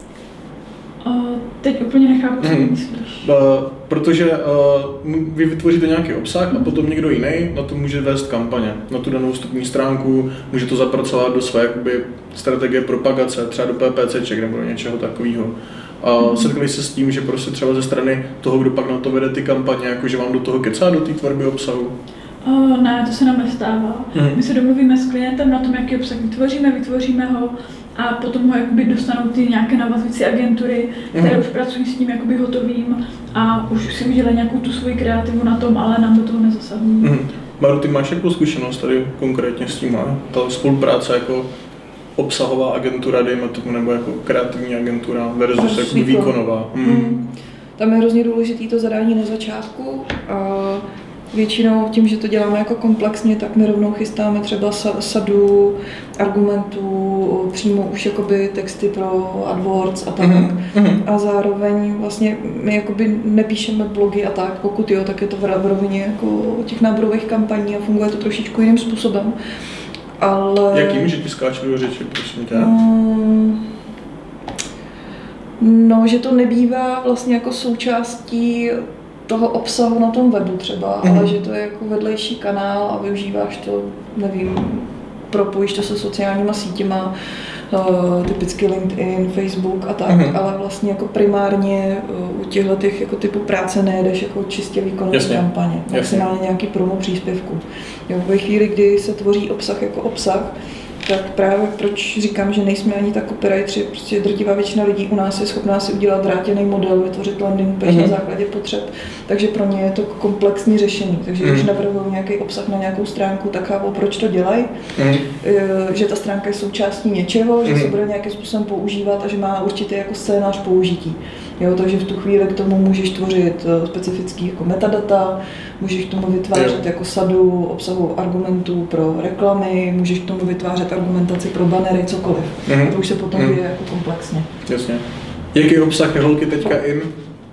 Teď úplně nechápu, co myslíš. Protože vy vytvoříte nějaký obsah a potom někdo jiný na to může vést kampaně, na tu danou vstupní stránku, může to zapracovat do své jakoby, strategie propagace, třeba do PPCček nebo do něčeho takového. Setkali se s tím, že prostě třeba ze strany toho, kdo pak na to vede ty kampaně, jakože vám do toho kecá do té tvorby obsahu? Ne, to se nám nestává. My se domluvíme s klientem na tom, jaký obsah vytvoříme ho a potom ho jakoby dostanou ty nějaké navazující agentury, které už pracují s tím jakoby hotovým a už si udělají nějakou tu svoji kreativu na tom, ale nám do toho nezasahují. Maru, ty máš jakou zkušenost tady konkrétně s tím, ta spolupráce jako obsahová agentura, dejme tomu, nebo jako kreativní agentura versus jako výkonová? Tam je hrozně důležitý to zadání na začátku. Většinou tím, že to děláme jako komplexně, tak my rovnou chystáme třeba sadu argumentů, přímo už jakoby texty pro AdWords a tak. A zároveň vlastně my jakoby nepíšeme blogy a tak, pokud jo, tak je to v rovině jako těch náborových kampaní a funguje to trošičku jiným způsobem. Ale... Jakým, že ti skáču do řeči, prosím tě? No, že to nebývá vlastně jako součástí toho obsahu na tom webu třeba, ale že to je jako vedlejší kanál a využíváš to, nevím, propojíš to se sociálníma sítěma, typicky LinkedIn, Facebook a tak, ale vlastně jako primárně u těchto těch jako typu práce nejedeš jako čistě výkonové kampaně, maximálně nějaký promo příspěvku. Jo, ve chvíli, kdy se tvoří obsah jako obsah, tak právě proč říkám, že nejsme ani tak copywriteri, prostě drtivá většina lidí u nás je schopná si udělat drátěný model, vytvořit landing page na základě potřeb, takže pro ně je to komplexní řešení. Takže když navrhují nějaký obsah na nějakou stránku, tak chápou, proč to dělají, že ta stránka je součástí něčeho, že se bude nějakým způsobem používat a že má určitý jako scénář použití. Jo, takže v tu chvíli k tomu můžeš tvořit specifický jako metadata, můžeš k tomu vytvářet jako sadu obsahu argumentů pro reklamy, můžeš k tomu vytvářet argumentaci pro bannery, cokoliv. To už se potom děje jako komplexně. Jasně. Jaký obsah je holky teďka in?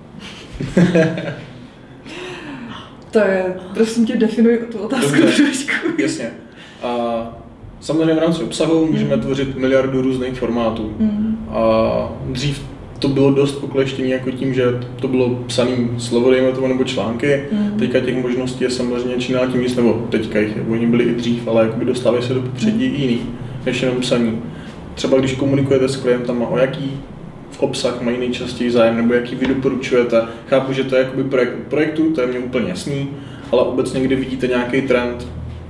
To je, prosím tě, definuj tu otázku trošku. Jasně. A samozřejmě v rámci obsahu můžeme tvořit miliardu různých formátů. A dřív to bylo dost pokleštění jako tím, že to bylo psané slovo, dejme tomu, nebo články. Teďka těch možností je samozřejmě čím dál tím víc, nebo teďka jich, oni byli i dřív, ale jakoby dostávají se do popředí i jiný, než jenom psaní. Třeba když komunikujete s klientama, o jaký obsah mají nejčastěji zájem, nebo jaký vy doporučujete. Chápu, že to je jakoby projektu, to je mně úplně jasný, ale obecně kdy vidíte nějaký trend.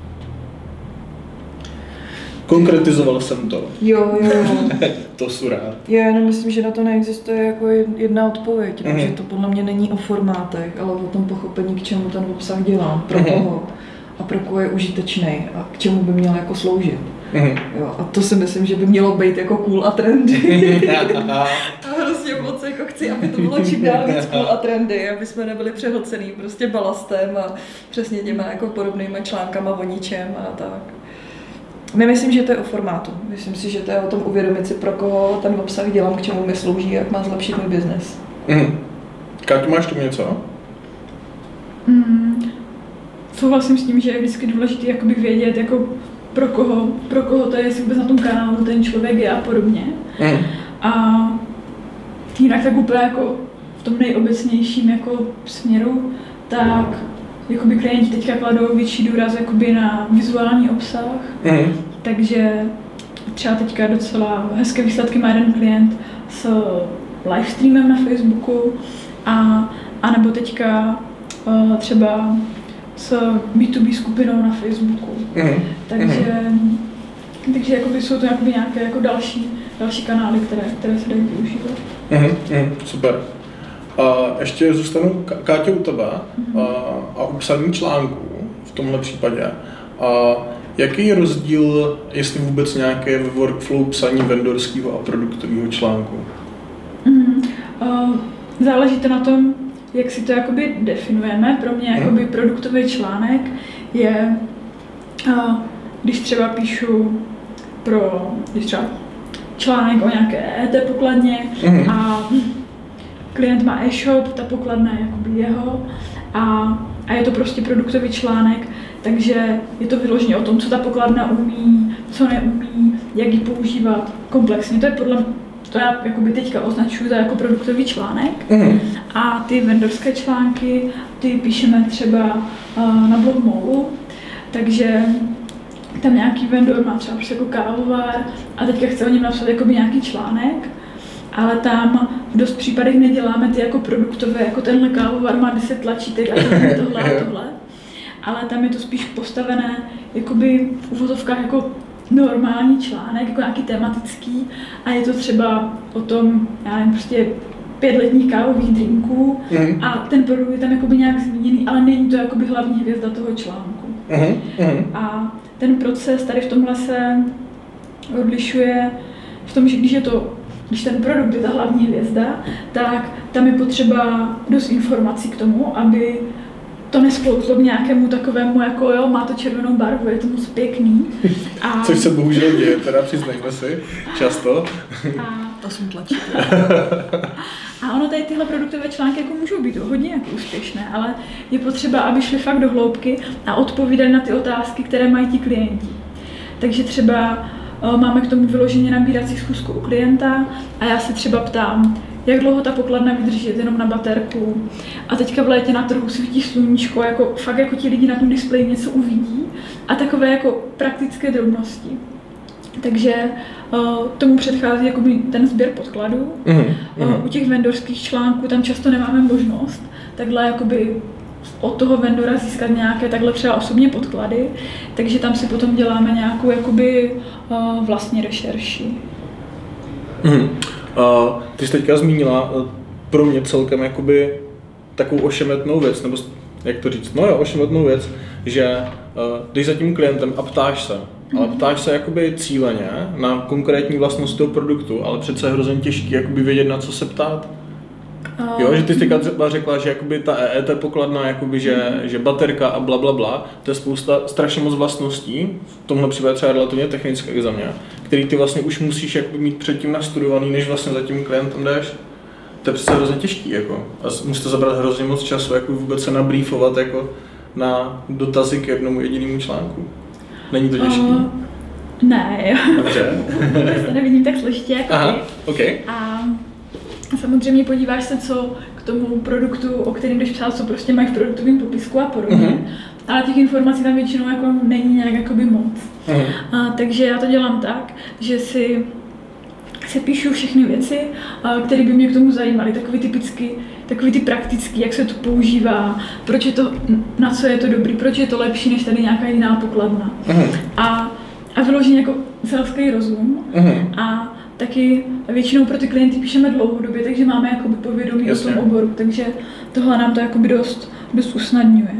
Konkretizoval jsem to. Jo. To jsou rád. Já nemyslím, že na to neexistuje jako jedna odpověď, že to podle mě není o formátech, ale o tom pochopení, k čemu ten obsah dělá, pro koho a pro koho je užitečný a k čemu by měl jako sloužit. Jo, a to si myslím, že by mělo být jako cool a trendy. A hrozně moc jako chci, aby to bylo čím dál víc cool a trendy, aby jsme nebyli přehlcený prostě balastem a přesně těma jako podobnýma článkama o ničem a tak. Nemyslím, že to je o formátu. Myslím si, že to je o tom uvědomit si, pro koho ten obsah dělám, k čemu mi slouží, jak má zlepšit můj biznes. Káťu, máš tu něco? Souhlasím s tím, že je vždycky důležité jakoby vědět, jako pro koho to je, jestli vůbec na tom kanálu ten člověk je a podobně. A jinak tak úplně jako v tom nejobecnějším jako směru, tak jakoby klienti teďka kladou větší důraz jakoby na vizuální obsah, takže třeba teďka docela hezké výsledky má jeden klient s livestreamem na Facebooku a nebo teďka třeba s B2B skupinou na Facebooku. Takže jakoby jsou to jakoby nějaké jako další kanály, které se dají využívat. Super. Ještě zůstanu, Káťo, u tebe a u psaní článků v tomhle případě. Jaký je rozdíl, jestli vůbec nějaký v workflow psaní vendorského a produktového článku? Záleží to na tom, jak si to jakoby definujeme. Pro mě jakoby produktový článek je, když třeba píšu když třeba článek o nějaké EET pokladně a klient má e-shop, ta pokladna je jakoby jeho a je to prostě produktový článek, takže je to vyloženě o tom, co ta pokladna umí, co neumí, jak ji používat komplexně. To já jakoby teďka označuji za jako produktový článek a ty vendorské články, ty píšeme třeba na blog Molu, takže tam nějaký vendor má třeba prostě jako kávovar a teďka chce o něm napsat jakoby nějaký článek, ale tam v dost případech neděláme ty jako produktové, jako tenhle kávovar má 10 tlačítek a tohle a tohle, ale tam je to spíš postavené jakoby v uvozovkách jako normální článek, jako nějaký tematický a je to třeba o tom, já nevím, prostě 5 letních kávových drinků a ten produkt je tam jakoby nějak zmíněný, ale není to jakoby hlavní hvězda toho článku. A ten proces tady v tomhle se odlišuje v tom, že když ten produkt je ta hlavní hvězda, tak tam je potřeba dost informací k tomu, aby to nesklouzlo k nějakému takovému, jako jo, má to červenou barvu, je to moc pěkný. Což se bohužel děje, teda přiznejme si, často. To jsem tlačila. A ono tady tyhle produktové články jako můžou být hodně jako úspěšné, ale je potřeba, aby šli fakt do hloubky a odpovídali na ty otázky, které mají ti klienti. Takže třeba máme k tomu vyloženě nabírací schůzku u klienta a já se třeba ptám, jak dlouho ta pokladna vydrží jenom na baterku. A teďka v létě na trhu svítí sluníčko, jako fakt jako ti lidi na tom displeji něco uvidí a takové jako praktické drobnosti. Takže tomu předchází jakoby ten sběr podkladů. U těch vendorských článků tam často nemáme možnost takhle jakoby od toho vendora získat nějaké takhle třeba osobně podklady, takže tam si potom děláme nějakou jakoby vlastní rešerši. Ty jsi teďka zmínila pro mě celkem jakoby takovou ošemetnou věc, nebo jak to říct, ošemetnou věc, že když za tím klientem a ptáš se, ale ptáš se jakoby cíleně na konkrétní vlastnost toho produktu, ale přece je hrozně těžký jakoby vědět, na co se ptát. Jo, že ty jsi třeba řekla, že jakoby ta EET pokladna, jakoby, že baterka a blablabla, to je spousta strašně moc vlastností, v tomhle případě třeba relativně technické za mě, který ty vlastně už musíš jakoby mít předtím nastudovaný, než vlastně za tím klientem jdeš. To je přece hrozně těžký, jako. A musíte zabrat hrozně moc času, jako vůbec se nabriefovat jako na dotazy k jednomu jedinému článku. Není to těžký? Ne, jo. Dobře. Vůbec to nevidím tak složitě jako ty. Okay. A samozřejmě podíváš se, co k tomu produktu, o kterém jdeš psát, co prostě mají v produktovém popisku a podobně. Ale těch informací tam většinou jako není nějak jakoby moc. Takže já to dělám tak, že si píšu všechny věci, které by mě k tomu zajímaly, takový ty praktický, jak se to používá, proč je to, na co je to dobrý, proč je to lepší než tady nějaká jiná pokladna. A vyloženě jako selský rozum. A taky většinou pro ty klienty píšeme dlouhodobě, takže máme jakoby povědomí o tom oboru, takže tohle nám to jakoby dost usnadňuje.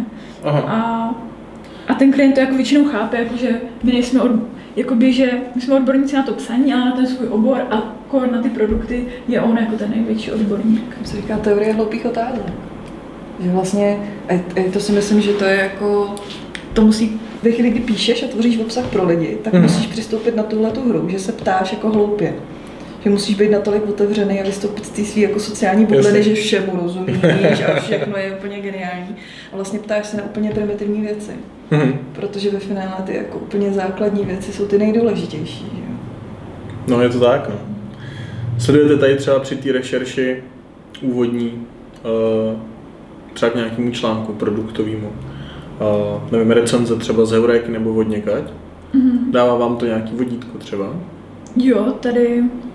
A ten klient to jako většinou chápe, jakože my nejsme my jsme odborníci na to psaní, ale na ten svůj obor a na ty produkty je on jako ten největší odborník. Se říká teorie hloupých otázek. Že vlastně, to si myslím, že to je jako, to musí, ve chvíli, kdy píšeš a tvoříš obsah pro lidi, tak musíš přistoupit na tuhletu hru, že se ptáš jako hloupě. Že musíš být natolik otevřený a vystoupit z té svý jako sociální bubliny, že všemu rozumíš a všechno je úplně geniální. A vlastně ptáš se na úplně primitivní věci. Protože ve finále ty jako úplně základní věci jsou ty nejdůležitější. Že? No je to tak, no. Sledujete tady třeba při té rešerši úvodní třeba k nějakému článku produktovému, nevím, recenze třeba z Heuréky nebo od někať? Dává vám to nějaký vodítko třeba? Jo, tady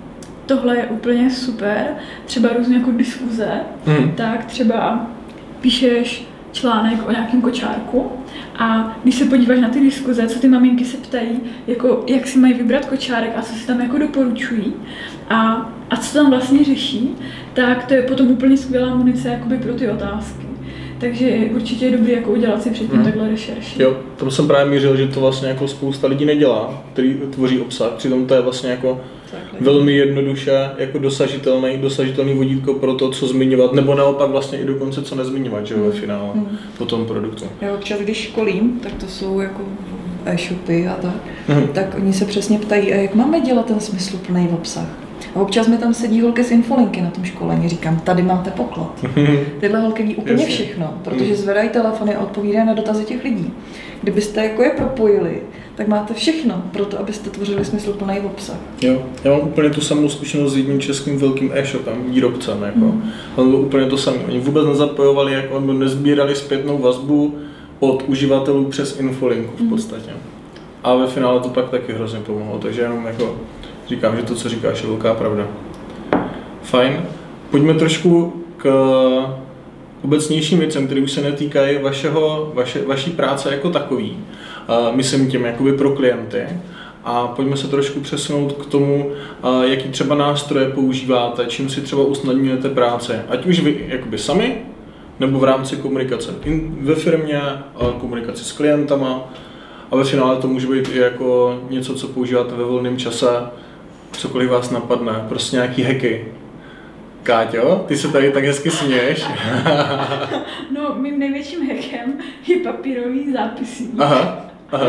tohle je úplně super, třeba různě jako diskuze, tak třeba píšeš článek o nějakém kočárku a když se podíváš na ty diskuze, co ty maminky se ptají, jako jak si mají vybrat kočárek a co si tam jako doporučují a co tam vlastně řeší, tak to je potom úplně skvělá munice jakoby pro ty otázky. Takže určitě je dobré jako udělat si předtím takhle rešerši. Jo, tomu jsem právě mířil, že to vlastně jako spousta lidí nedělá, který tvoří obsah, přitom to je vlastně jako velmi jednoduše jako dosažitelný vodítko pro to, co zmiňovat, nebo naopak vlastně i dokonce co nezmiňovat, že ve finále po tom produktu. Já občas, když školím, tak to jsou jako e-shopy a tak oni se přesně ptají, a jak máme dělat ten smysluplný obsah. A občas mi tam sedí holky z infolinky na tom školení, říkám, tady máte poklad. Tyhle holky ví úplně všechno, protože zvedají telefony a odpovídají na dotazy těch lidí. Kdybyste jako je propojili, tak máte všechno pro to, abyste tvořili smysluplný obsah. Jo, já mám úplně tu samou zkušenost s jedním českým velkým e-shopem, výrobcem. Jako. To bylo úplně to samé. Oni vůbec nezapojovali, jako nezbírali zpětnou vazbu od uživatelů přes infolinku v podstatě. A ve finále to pak taky hrozně pomohlo, takže jenom jako říkám, že to, co říkáš, je velká pravda. Fajn. Pojďme trošku k obecnějším věcem, které už se netýkají vaší práce jako takový. Myslím tím jakoby pro klienty. A pojďme se trošku přesunout k tomu, jaký třeba nástroje používáte, čím si třeba usnadňujete práci. Ať už vy jakoby sami, nebo v rámci komunikace ve firmě, komunikace s klientama. A ve finále to může být i jako něco, co používáte ve volném čase, cokoliv vás napadne, prostě nějaký hacky. Káťo, ty se tady tak hezky směješ. No, mým největším hackem je papírový zápisník. Aha.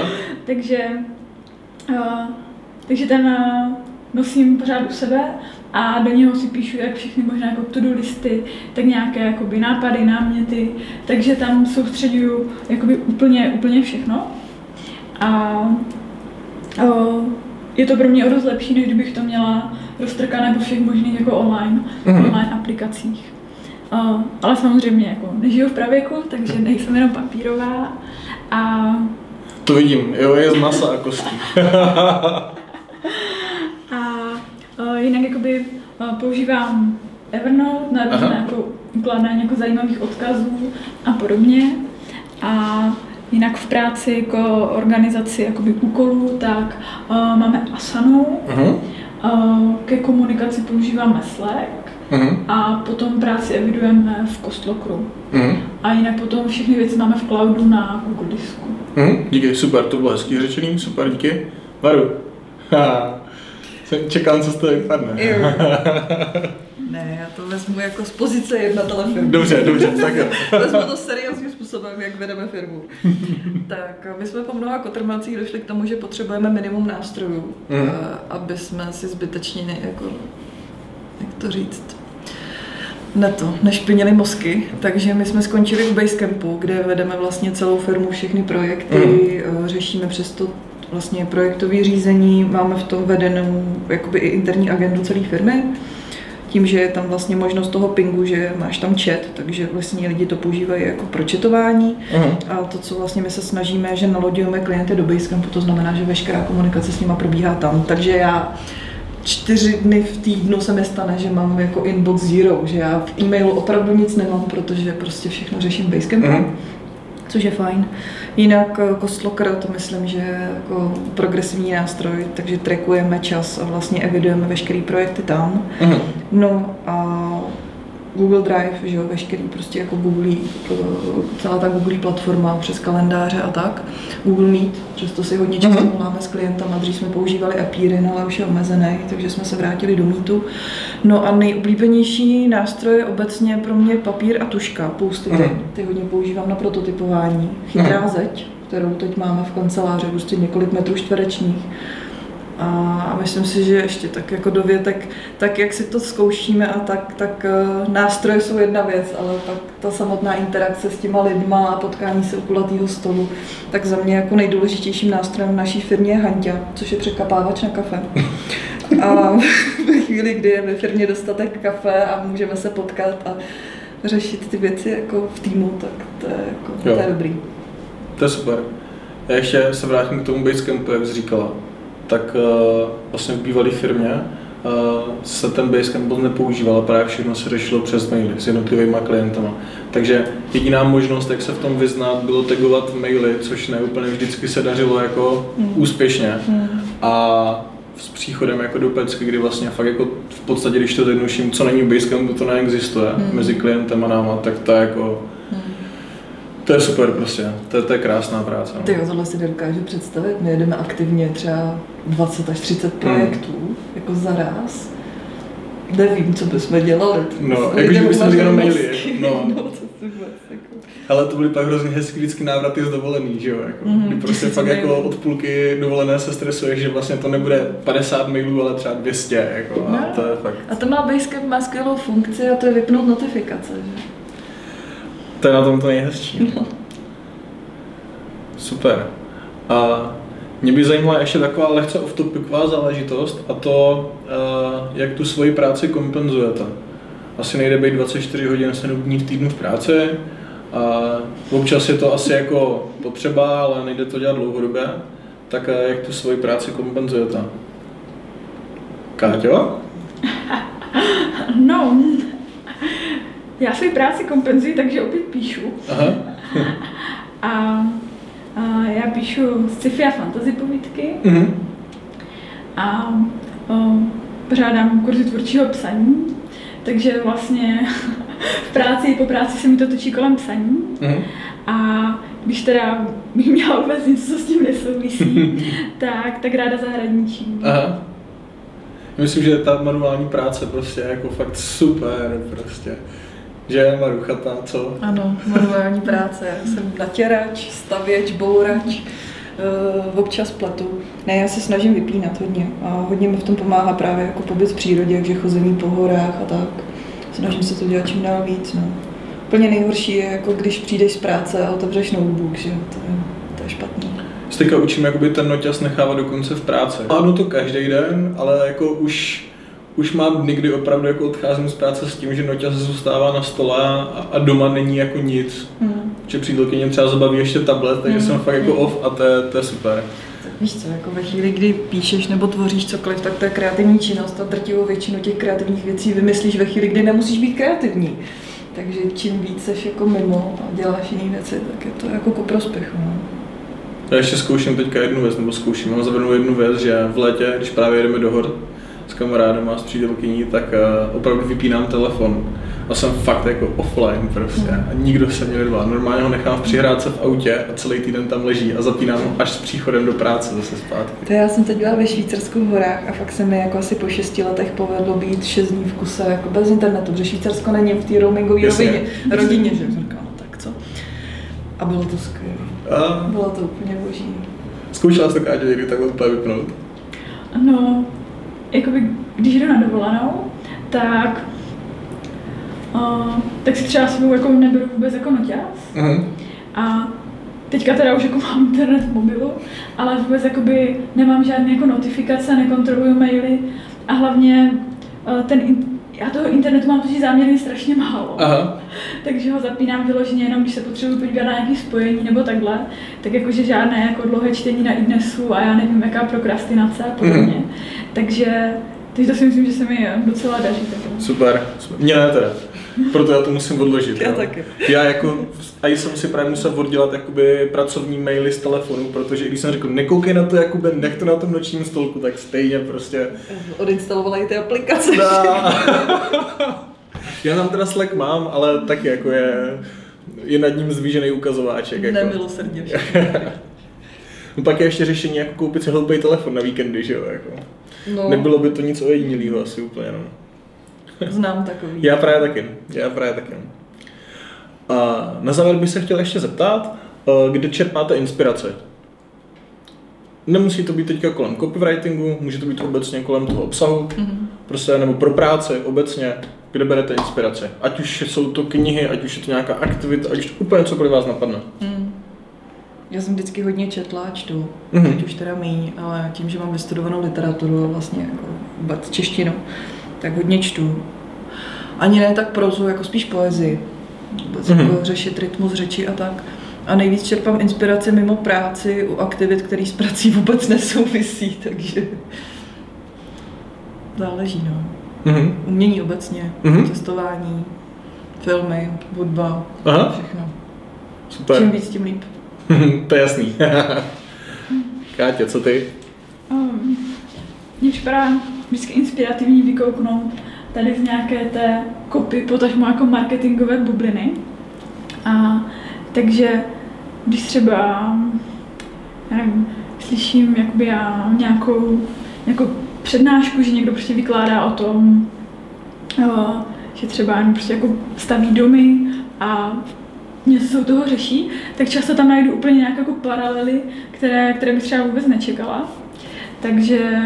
Takže ten nosím pořád u sebe a do něho si píšu jak všechny možná jako to-do listy, tak nějaké jakoby nápady, náměty, takže tam soustředuju jakoby úplně všechno. A je to pro mě o dost lepší, než kdybych to měla roztrkané po všech možných jako online aplikacích. Ale samozřejmě jako nežiju v pravěku, takže nejsem jenom papírová. A to vidím, jo, je z masa a kostí. A jinak jakoby používám Evernote na různé jako ukládání jako zajímavých odkazů a podobně. A jinak v práci jako organizaci jakoby úkolů, tak máme Asanu, ke komunikaci používáme Slack a potom práci evidujeme v Kostlokru. A jinak potom všechny věci máme v cloudu na Google Disku. Díky, super, to bylo hezký řečený, super, díky. Varu. Čekám, co z toho vypadne. Ne, já to vezmu jako z pozice jednatele firmy. Dobře, tak jo. Vezmu to seriózním způsobem, jak vedeme firmu. Tak my jsme po mnoha kotrmelcích došli k tomu, že potřebujeme minimum nástrojů, aby jsme si zbytečně jako, jak to říct, nešpinili mozky, takže my jsme skončili v Basecampu, kde vedeme vlastně celou firmu, všechny projekty, řešíme přes to vlastně projektové řízení, máme v tom vedenou jakoby i interní agendu celé firmy. Tím, že je tam vlastně možnost toho pingu, že máš tam chat, takže vlastně lidi to používají jako pro chatování. A to, co vlastně my se snažíme, že naloďujeme klienty do Basecampu, to znamená, že veškerá komunikace s nima probíhá tam. Takže já 4 dny v týdnu se mi stane, že mám jako inbox zero, že já v e-mailu opravdu nic nemám, protože prostě všechno řeším Basecampu, což je fajn. Jinak Kostlocker, to myslím, že je jako progresivní nástroj, takže trackujeme čas a vlastně evidujeme veškerý projekty tam. No a Google Drive, že jo, veškerý prostě jako Google, celá ta Google platforma přes kalendáře a tak. Google Meet, často si hodně často voláme s klientama, dřív jsme používali Appirin, ale už je omezený, takže jsme se vrátili do Meetu. No a nejoblíbenější nástroj je obecně pro mě papír a tuška, Post-ity. Ty hodně používám na prototypování. Chytrá zeď, kterou teď máme v kanceláři, prostě několik metrů čtverečních. A myslím si, že ještě tak jako dovětek, tak jak si to zkoušíme a tak nástroje jsou jedna věc, ale pak ta samotná interakce s těma lidma a potkání se u kulatýho stolu, tak za mě jako nejdůležitějším nástrojem v naší firmě je Hanťa, což je překapávač na kafe. A ve chvíli, kdy je ve firmě dostatek kafe a můžeme se potkat a řešit ty věci jako v týmu, tak to je, jako, to je dobrý. To je super. Já ještě se vrátím k tomu Basecampu, jak jsi říkala. Tak vlastně v bývalé firmě se ten Basecamp moc nepoužíval, právě všechno se řešilo přes maily s jednotlivými klientama. Takže jediná možnost, jak se v tom vyznat, bylo tagovat maily, což ne úplně vždycky se dařilo jako úspěšně. A s příchodem jako do Pecky, kdy vlastně fakt jako v podstatě, když to zjednoduším, co není v Basecampu, to neexistuje mezi klientem a náma, tak to je jako to je super prostě, to je krásná práce. Ty jo, tohle si nedokážu představit, my jedeme aktivně třeba 20 až 30 projektů, jako zaraz. Nevím, co bychom dělali. No, jakože bychom měli jenom maily. No, co si vůbec, jako. Ale to byly pak hrozně hezky vždycky návraty z dovolený, že jo, jako, kdy prostě fakt jako od půlky dovolené se stresuješ, že vlastně to nebude 50 mailů, ale třeba 200, jako, a to je fakt. A to má Basecamp, má skvělou funkci a to je vypnout notifikace, že? To je na tom to nejhezčí. No. Super. A mě by zajímala ještě taková lehce off-topicová záležitost a to, jak tu svoji práci kompenzujete. Asi nejde být 24 hodin 7 dní v týdnu v práci. A občas je to asi jako potřeba, ale nejde to dělat dlouhodobě. Tak jak tu svoji práci kompenzujete? Káťo? No, já svou práci kompenzuji, takže opět píšu. Aha. A já píšu sci-fi a fantasy povídky. A pořádám kurzy tvůrčího psaní, takže vlastně v práci i po práci se mi to točí kolem psaní. A když teda bych měla vůbec něco, co s tím nesouvisí, tak ráda zahradničím. Aha. Myslím, že ta manuální práce prostě je jako fakt super prostě. Že Maruchata, co? Ano, manuální práce. Já jsem natěrač, stavěč, bourač, občas pletu. Ne, já se snažím vypínat hodně a hodně mi v tom pomáhá právě jako pobyt v přírodě, takže chození po horách a tak. Snažím se to dělat čím dál víc, no. Úplně nejhorší je, jako když přijdeš z práce a otevřeš notebook, že to je špatný. Se teďka učím jakoby ten noťaz nechávat dokonce v práci. Ano, to každý den, ale jako už mám dny, kdy opravdu jako odcházím z práce s tím, že noťaz zůstává na stole a doma není jako nic. Že přítelkyně třeba zabaví ještě tablet, takže jsem fakt jako off a to je super. Tak víš co, jako ve chvíli, kdy píšeš nebo tvoříš cokoliv, tak to je kreativní činnost a drtivou většinu těch kreativních věcí vymyslíš ve chvíli, kdy nemusíš být kreativní. Takže čím víc seš jako mimo a děláš jiné věci, tak je to jako ku prospěchu. No. Já ještě zkouším teďka jednu věc, mám zavedenou jednu věc, že v létě, když právě jedeme do hor s kamarádem a s přítelkyní, tak opravdu vypínám telefon a jsem fakt jako offline prostě a nikdo se mě nedbá. Normálně ho nechám v přihrádce v autě a celý týden tam leží a zapínám ho až s příchodem do práce zase zpátky. To já jsem teď byla ve Švýcarsku v horách a fakt se mi jako asi po 6 letech povedlo být 6 dní v kuse jako bez internetu, protože Švýcarsko není v té roamingové rodině, že jsem říkala, no tak co. A bylo to skvělé. Bylo to úplně boží. Zkoušela jsi to Káťo někdy takhle úplně vypnout? No, jakoby, když jdu na dovolenou, tak si třeba svou jako neberu vůbec jako noťaz. A teďka teda už jako mám internet v mobilu, ale vůbec jakoby nemám žádné jako notifikace, nekontroluju maily a hlavně já toho internetu mám totiž záměrně strašně málo. Aha. Takže ho zapínám vyloženě jenom, když se potřebuji podívat na nějaké spojení nebo takhle, tak jakože žádné jako dlouhé čtení na iDnesu a já nevím jaká prokrastinace a podobně. Takže to si myslím, že se mi docela daří. Super. Mně ne teda. Proto já to musím odložit. Já taky. Já jako, a jsem si právě musel oddělat jakoby pracovní maily z telefonu, protože když jsem řekl, nekoukej na to, jakoby, nech to na tom nočním stolku, tak stejně prostě. Odinstalovala i ty aplikace. Já tam teda Slack mám, ale taky jako je nad ním zvýšený ukazováček. Jako. Nemilosrdně. No pak je ještě řešení, jako koupit si hloupý telefon na víkendy, že jo, jako. No. Nebylo by to nic ojedinělého asi úplně, no. Znám takový. Já právě taky. A na závěr bych se chtěl ještě zeptat, kde čerpáte inspiraci? Nemusí to být teďka kolem copywritingu, může to být obecně kolem toho obsahu, prostě, nebo pro práci obecně, kde berete inspiraci. Ať už jsou to knihy, ať už je to nějaká aktivita, ať už úplně cokoliv vás napadne. Já jsem vždycky hodně četla a čtu, teď už teda míň, ale tím, že mám vystudovanou literaturu a vlastně jako vůbec češtinu, tak hodně čtu. Ani ne tak prózu, jako spíš poezii. Vůbec jako řešit rytmus řeči a tak. A nejvíc čerpám inspiraci mimo práci u aktivit, které s prací vůbec nesouvisí, takže... záleží, no. Mm-hmm. Umění obecně, cestování, filmy, hudba, všechno. Super. Čím víc, tím líp. To je jasný. Káťa, co ty? Mně připadá vždycky inspirativní vykouknout tady z nějaké té copy, potažmo jako marketingové bubliny. A takže když třeba, já nevím, slyším jakoby já nějakou přednášku, že někdo prostě vykládá o tom, že třeba prostě jako staví domy a něco se u toho řeší, tak často tam najdu úplně nějaké jako paralely, které bych třeba vůbec nečekala. Takže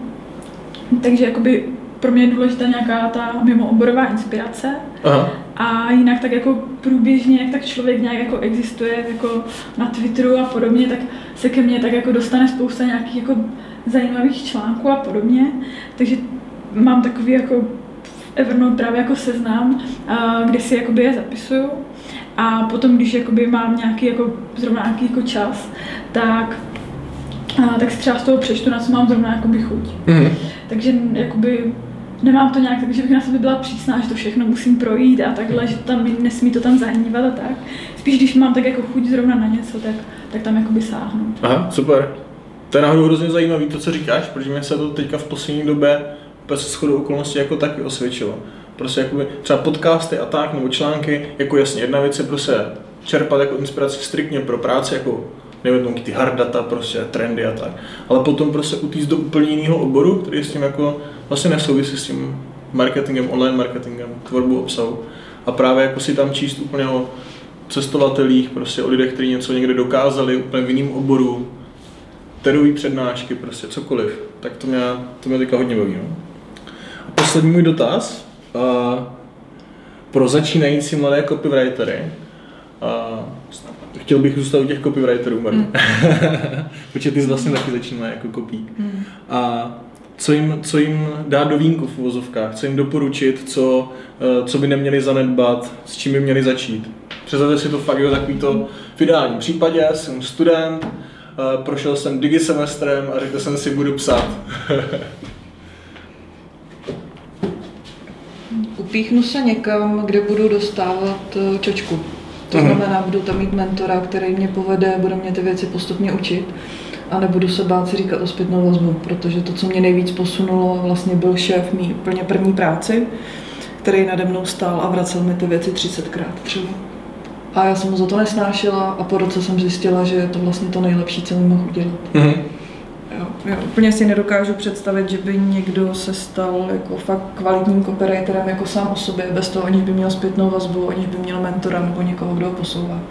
jakoby pro mě je důležitá nějaká ta mimooborová inspirace. Aha. A jinak tak jako průběžně, jak tak člověk nějak jako existuje jako na Twitteru a podobně, tak se ke mně tak jako dostane spousta nějakých jako zajímavých článků a podobně. Takže mám takový jako Evernote právě jako seznam, kde si jakoby je zapisuju. A potom, když jakoby mám nějaký jako zrovna nějaký jako čas, tak si třeba z toho přečtu, na co mám zrovna jakoby chuť. Mm-hmm. Takže jakoby nemám to nějak tak, že bych na sebe byla přísná, že to všechno musím projít a takhle, že tam nesmí to tam zahnívat a tak. Spíš když mám tak jako chuť zrovna na něco, tak tam jakoby sáhnu. Aha, super. To je náhodou hrozně zajímavý to, co říkáš, protože mě se to teďka v poslední době bez shodou okolností jako taky osvědčilo. Prostě jakoby třeba podcasty a tak, nebo články, jako jasně, jedna věc je prostě čerpat jako inspiraci striktně pro práci, jako nevím, ty hard data, prostě trendy a tak. Ale potom prostě utíct do úplně jiného oboru, který s tím jako vlastně nesouvisí s tím marketingem, online marketingem, tvorbou obsahu. A právě jako si tam číst úplně o cestovatelích, prostě o lidech, kteří něco někde dokázali, úplně v jiném oboru, TEDový přednášky, prostě cokoliv. Tak to mě teďka hodně baví. No. A poslední můj dotaz. Pro začínající mladé copywritery. Chtěl bych zůstat u těch copywriterů, protože ty jsi vlastně taky začínala jako copyk. A co jim dát do vínku v uvozovkách, co jim doporučit, co by neměli zanedbat, s čím by měli začít. Představte si to fakt jako takovýto v ideálním případě, jsem student, prošel jsem digisemestrem a řekl jsem si, budu psát. Upíchnu se někam, kde budu dostávat čočku. To znamená, budu tam mít mentora, který mě povede, bude mě ty věci postupně učit a nebudu se bát si říkat o zpětnou vazbu, protože to, co mě nejvíc posunulo, vlastně byl šéf mý úplně první práci, který nade mnou stál a vracel mi ty věci 30krát třeba. A já jsem mu za to nesnášela a po roce jsem zjistila, že je to vlastně to nejlepší, co mi mohl udělat. Já úplně si nedokážu představit, že by někdo se stal jako fakt kvalitním copywriterem jako sám o sobě, bez toho, aniž by měl zpětnou vazbu, aniž by měl mentora nebo někoho, kdo ho posouvá.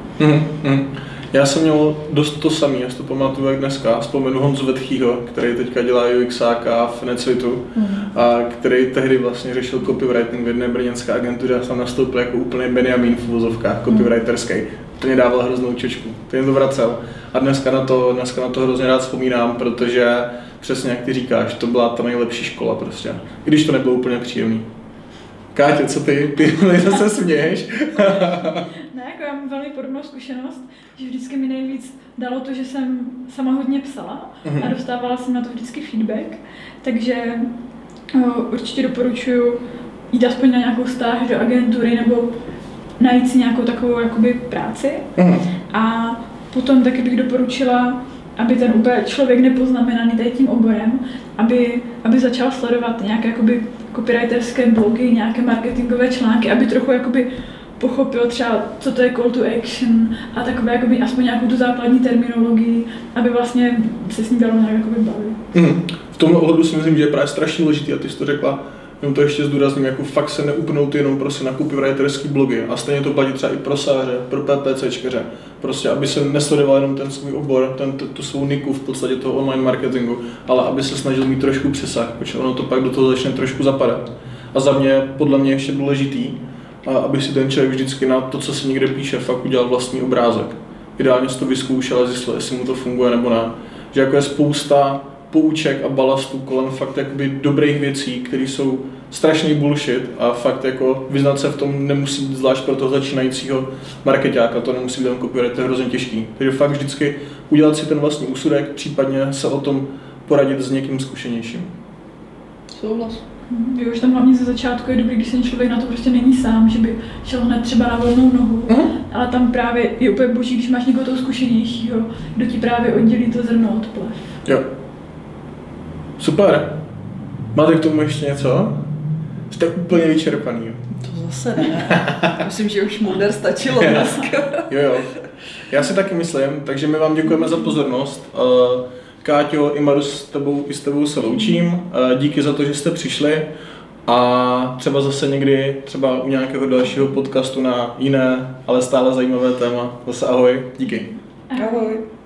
Já jsem měl dost to samý, já si to pamatuju jak dneska, vzpomenu Honzu Vetchýho, který teďka dělá UXáka v Netsuitu a který tehdy vlastně řešil copywriting v jedné brněnské agentuře a jsem nastoupil jako úplný Benjamin v uvozovkách copywriterský. To mě dával hroznou čočku, to mě to vracel. A dneska na to hrozně rád vzpomínám, protože přesně jak ty říkáš, to byla ta nejlepší škola prostě, i když to nebylo úplně příjemný. Káťo, co ty zase směješ? Ne, jako já mám velmi podobnou zkušenost, že vždycky mi nejvíc dalo to, že jsem sama hodně psala a dostávala jsem na to vždycky feedback, takže určitě doporučuji jít aspoň na nějakou stáž do agentury nebo najít si nějakou takovou jakoby práci a potom taky bych doporučila, aby ten úplně člověk nepoznamenaný tady tím oborem, aby začal sledovat nějaké jakoby copywriterské blogy, nějaké marketingové články, aby trochu jakoby pochopil třeba, co to je call to action a takové jakoby aspoň nějakou tu základní terminologii, aby vlastně se s ním dalo nějak jakoby bavit. V tomhle ohledu si myslím, že je právě strašně důležitý, a ty jsi to řekla, jenom to ještě zdůrazním, jako fakt se neupnout jenom prostě na copywriterský blogy a stejně to platí třeba i pro sáře, pro PPCčkaře, prostě aby se nesledoval jenom ten svůj obor, tu svou niku v podstatě toho online marketingu, ale aby se snažil mít trošku přesah, protože ono to pak do toho začne trošku zapadat. A za mě, podle mě ještě důležitý, aby si ten člověk vždycky na to, co se někde píše, fakt udělal vlastní obrázek. Ideálně si to vyzkoušel a zjistil, jestli mu to funguje nebo ne. Že jako je spousta pouček a balastů kolem fakt jakoby dobrých věcí, které jsou strašný bullshit a fakt jako vyznat se v tom nemusí být zvlášť pro toho začínajícího markeťáka, to nemusí být copywriter, to je hrozně těžký. Takže fakt vždycky udělat si ten vlastní úsudek, případně se o tom poradit s někým zkušenějším. Souhlas. Jo, už tam hlavně ze začátku je dobrý, když ten člověk na to prostě není sám, že by šel hned třeba na volnou nohu, ale tam právě je úplně boží, když máš někoho toho zkušenějšího, kdo ti právě oddělí to zrno od plev. Jo. Super. Máte k tomu ještě něco? Jste úplně vyčerpaný. To zase ne. Myslím, že už Mulder stačilo dneska. Jo. Já si taky myslím, takže my vám děkujeme za pozornost. Káťo, i Maru, s tebou se loučím. Díky za to, že jste přišli a třeba zase někdy, třeba u nějakého dalšího podcastu na jiné, ale stále zajímavé téma. Zase ahoj, díky. Ahoj.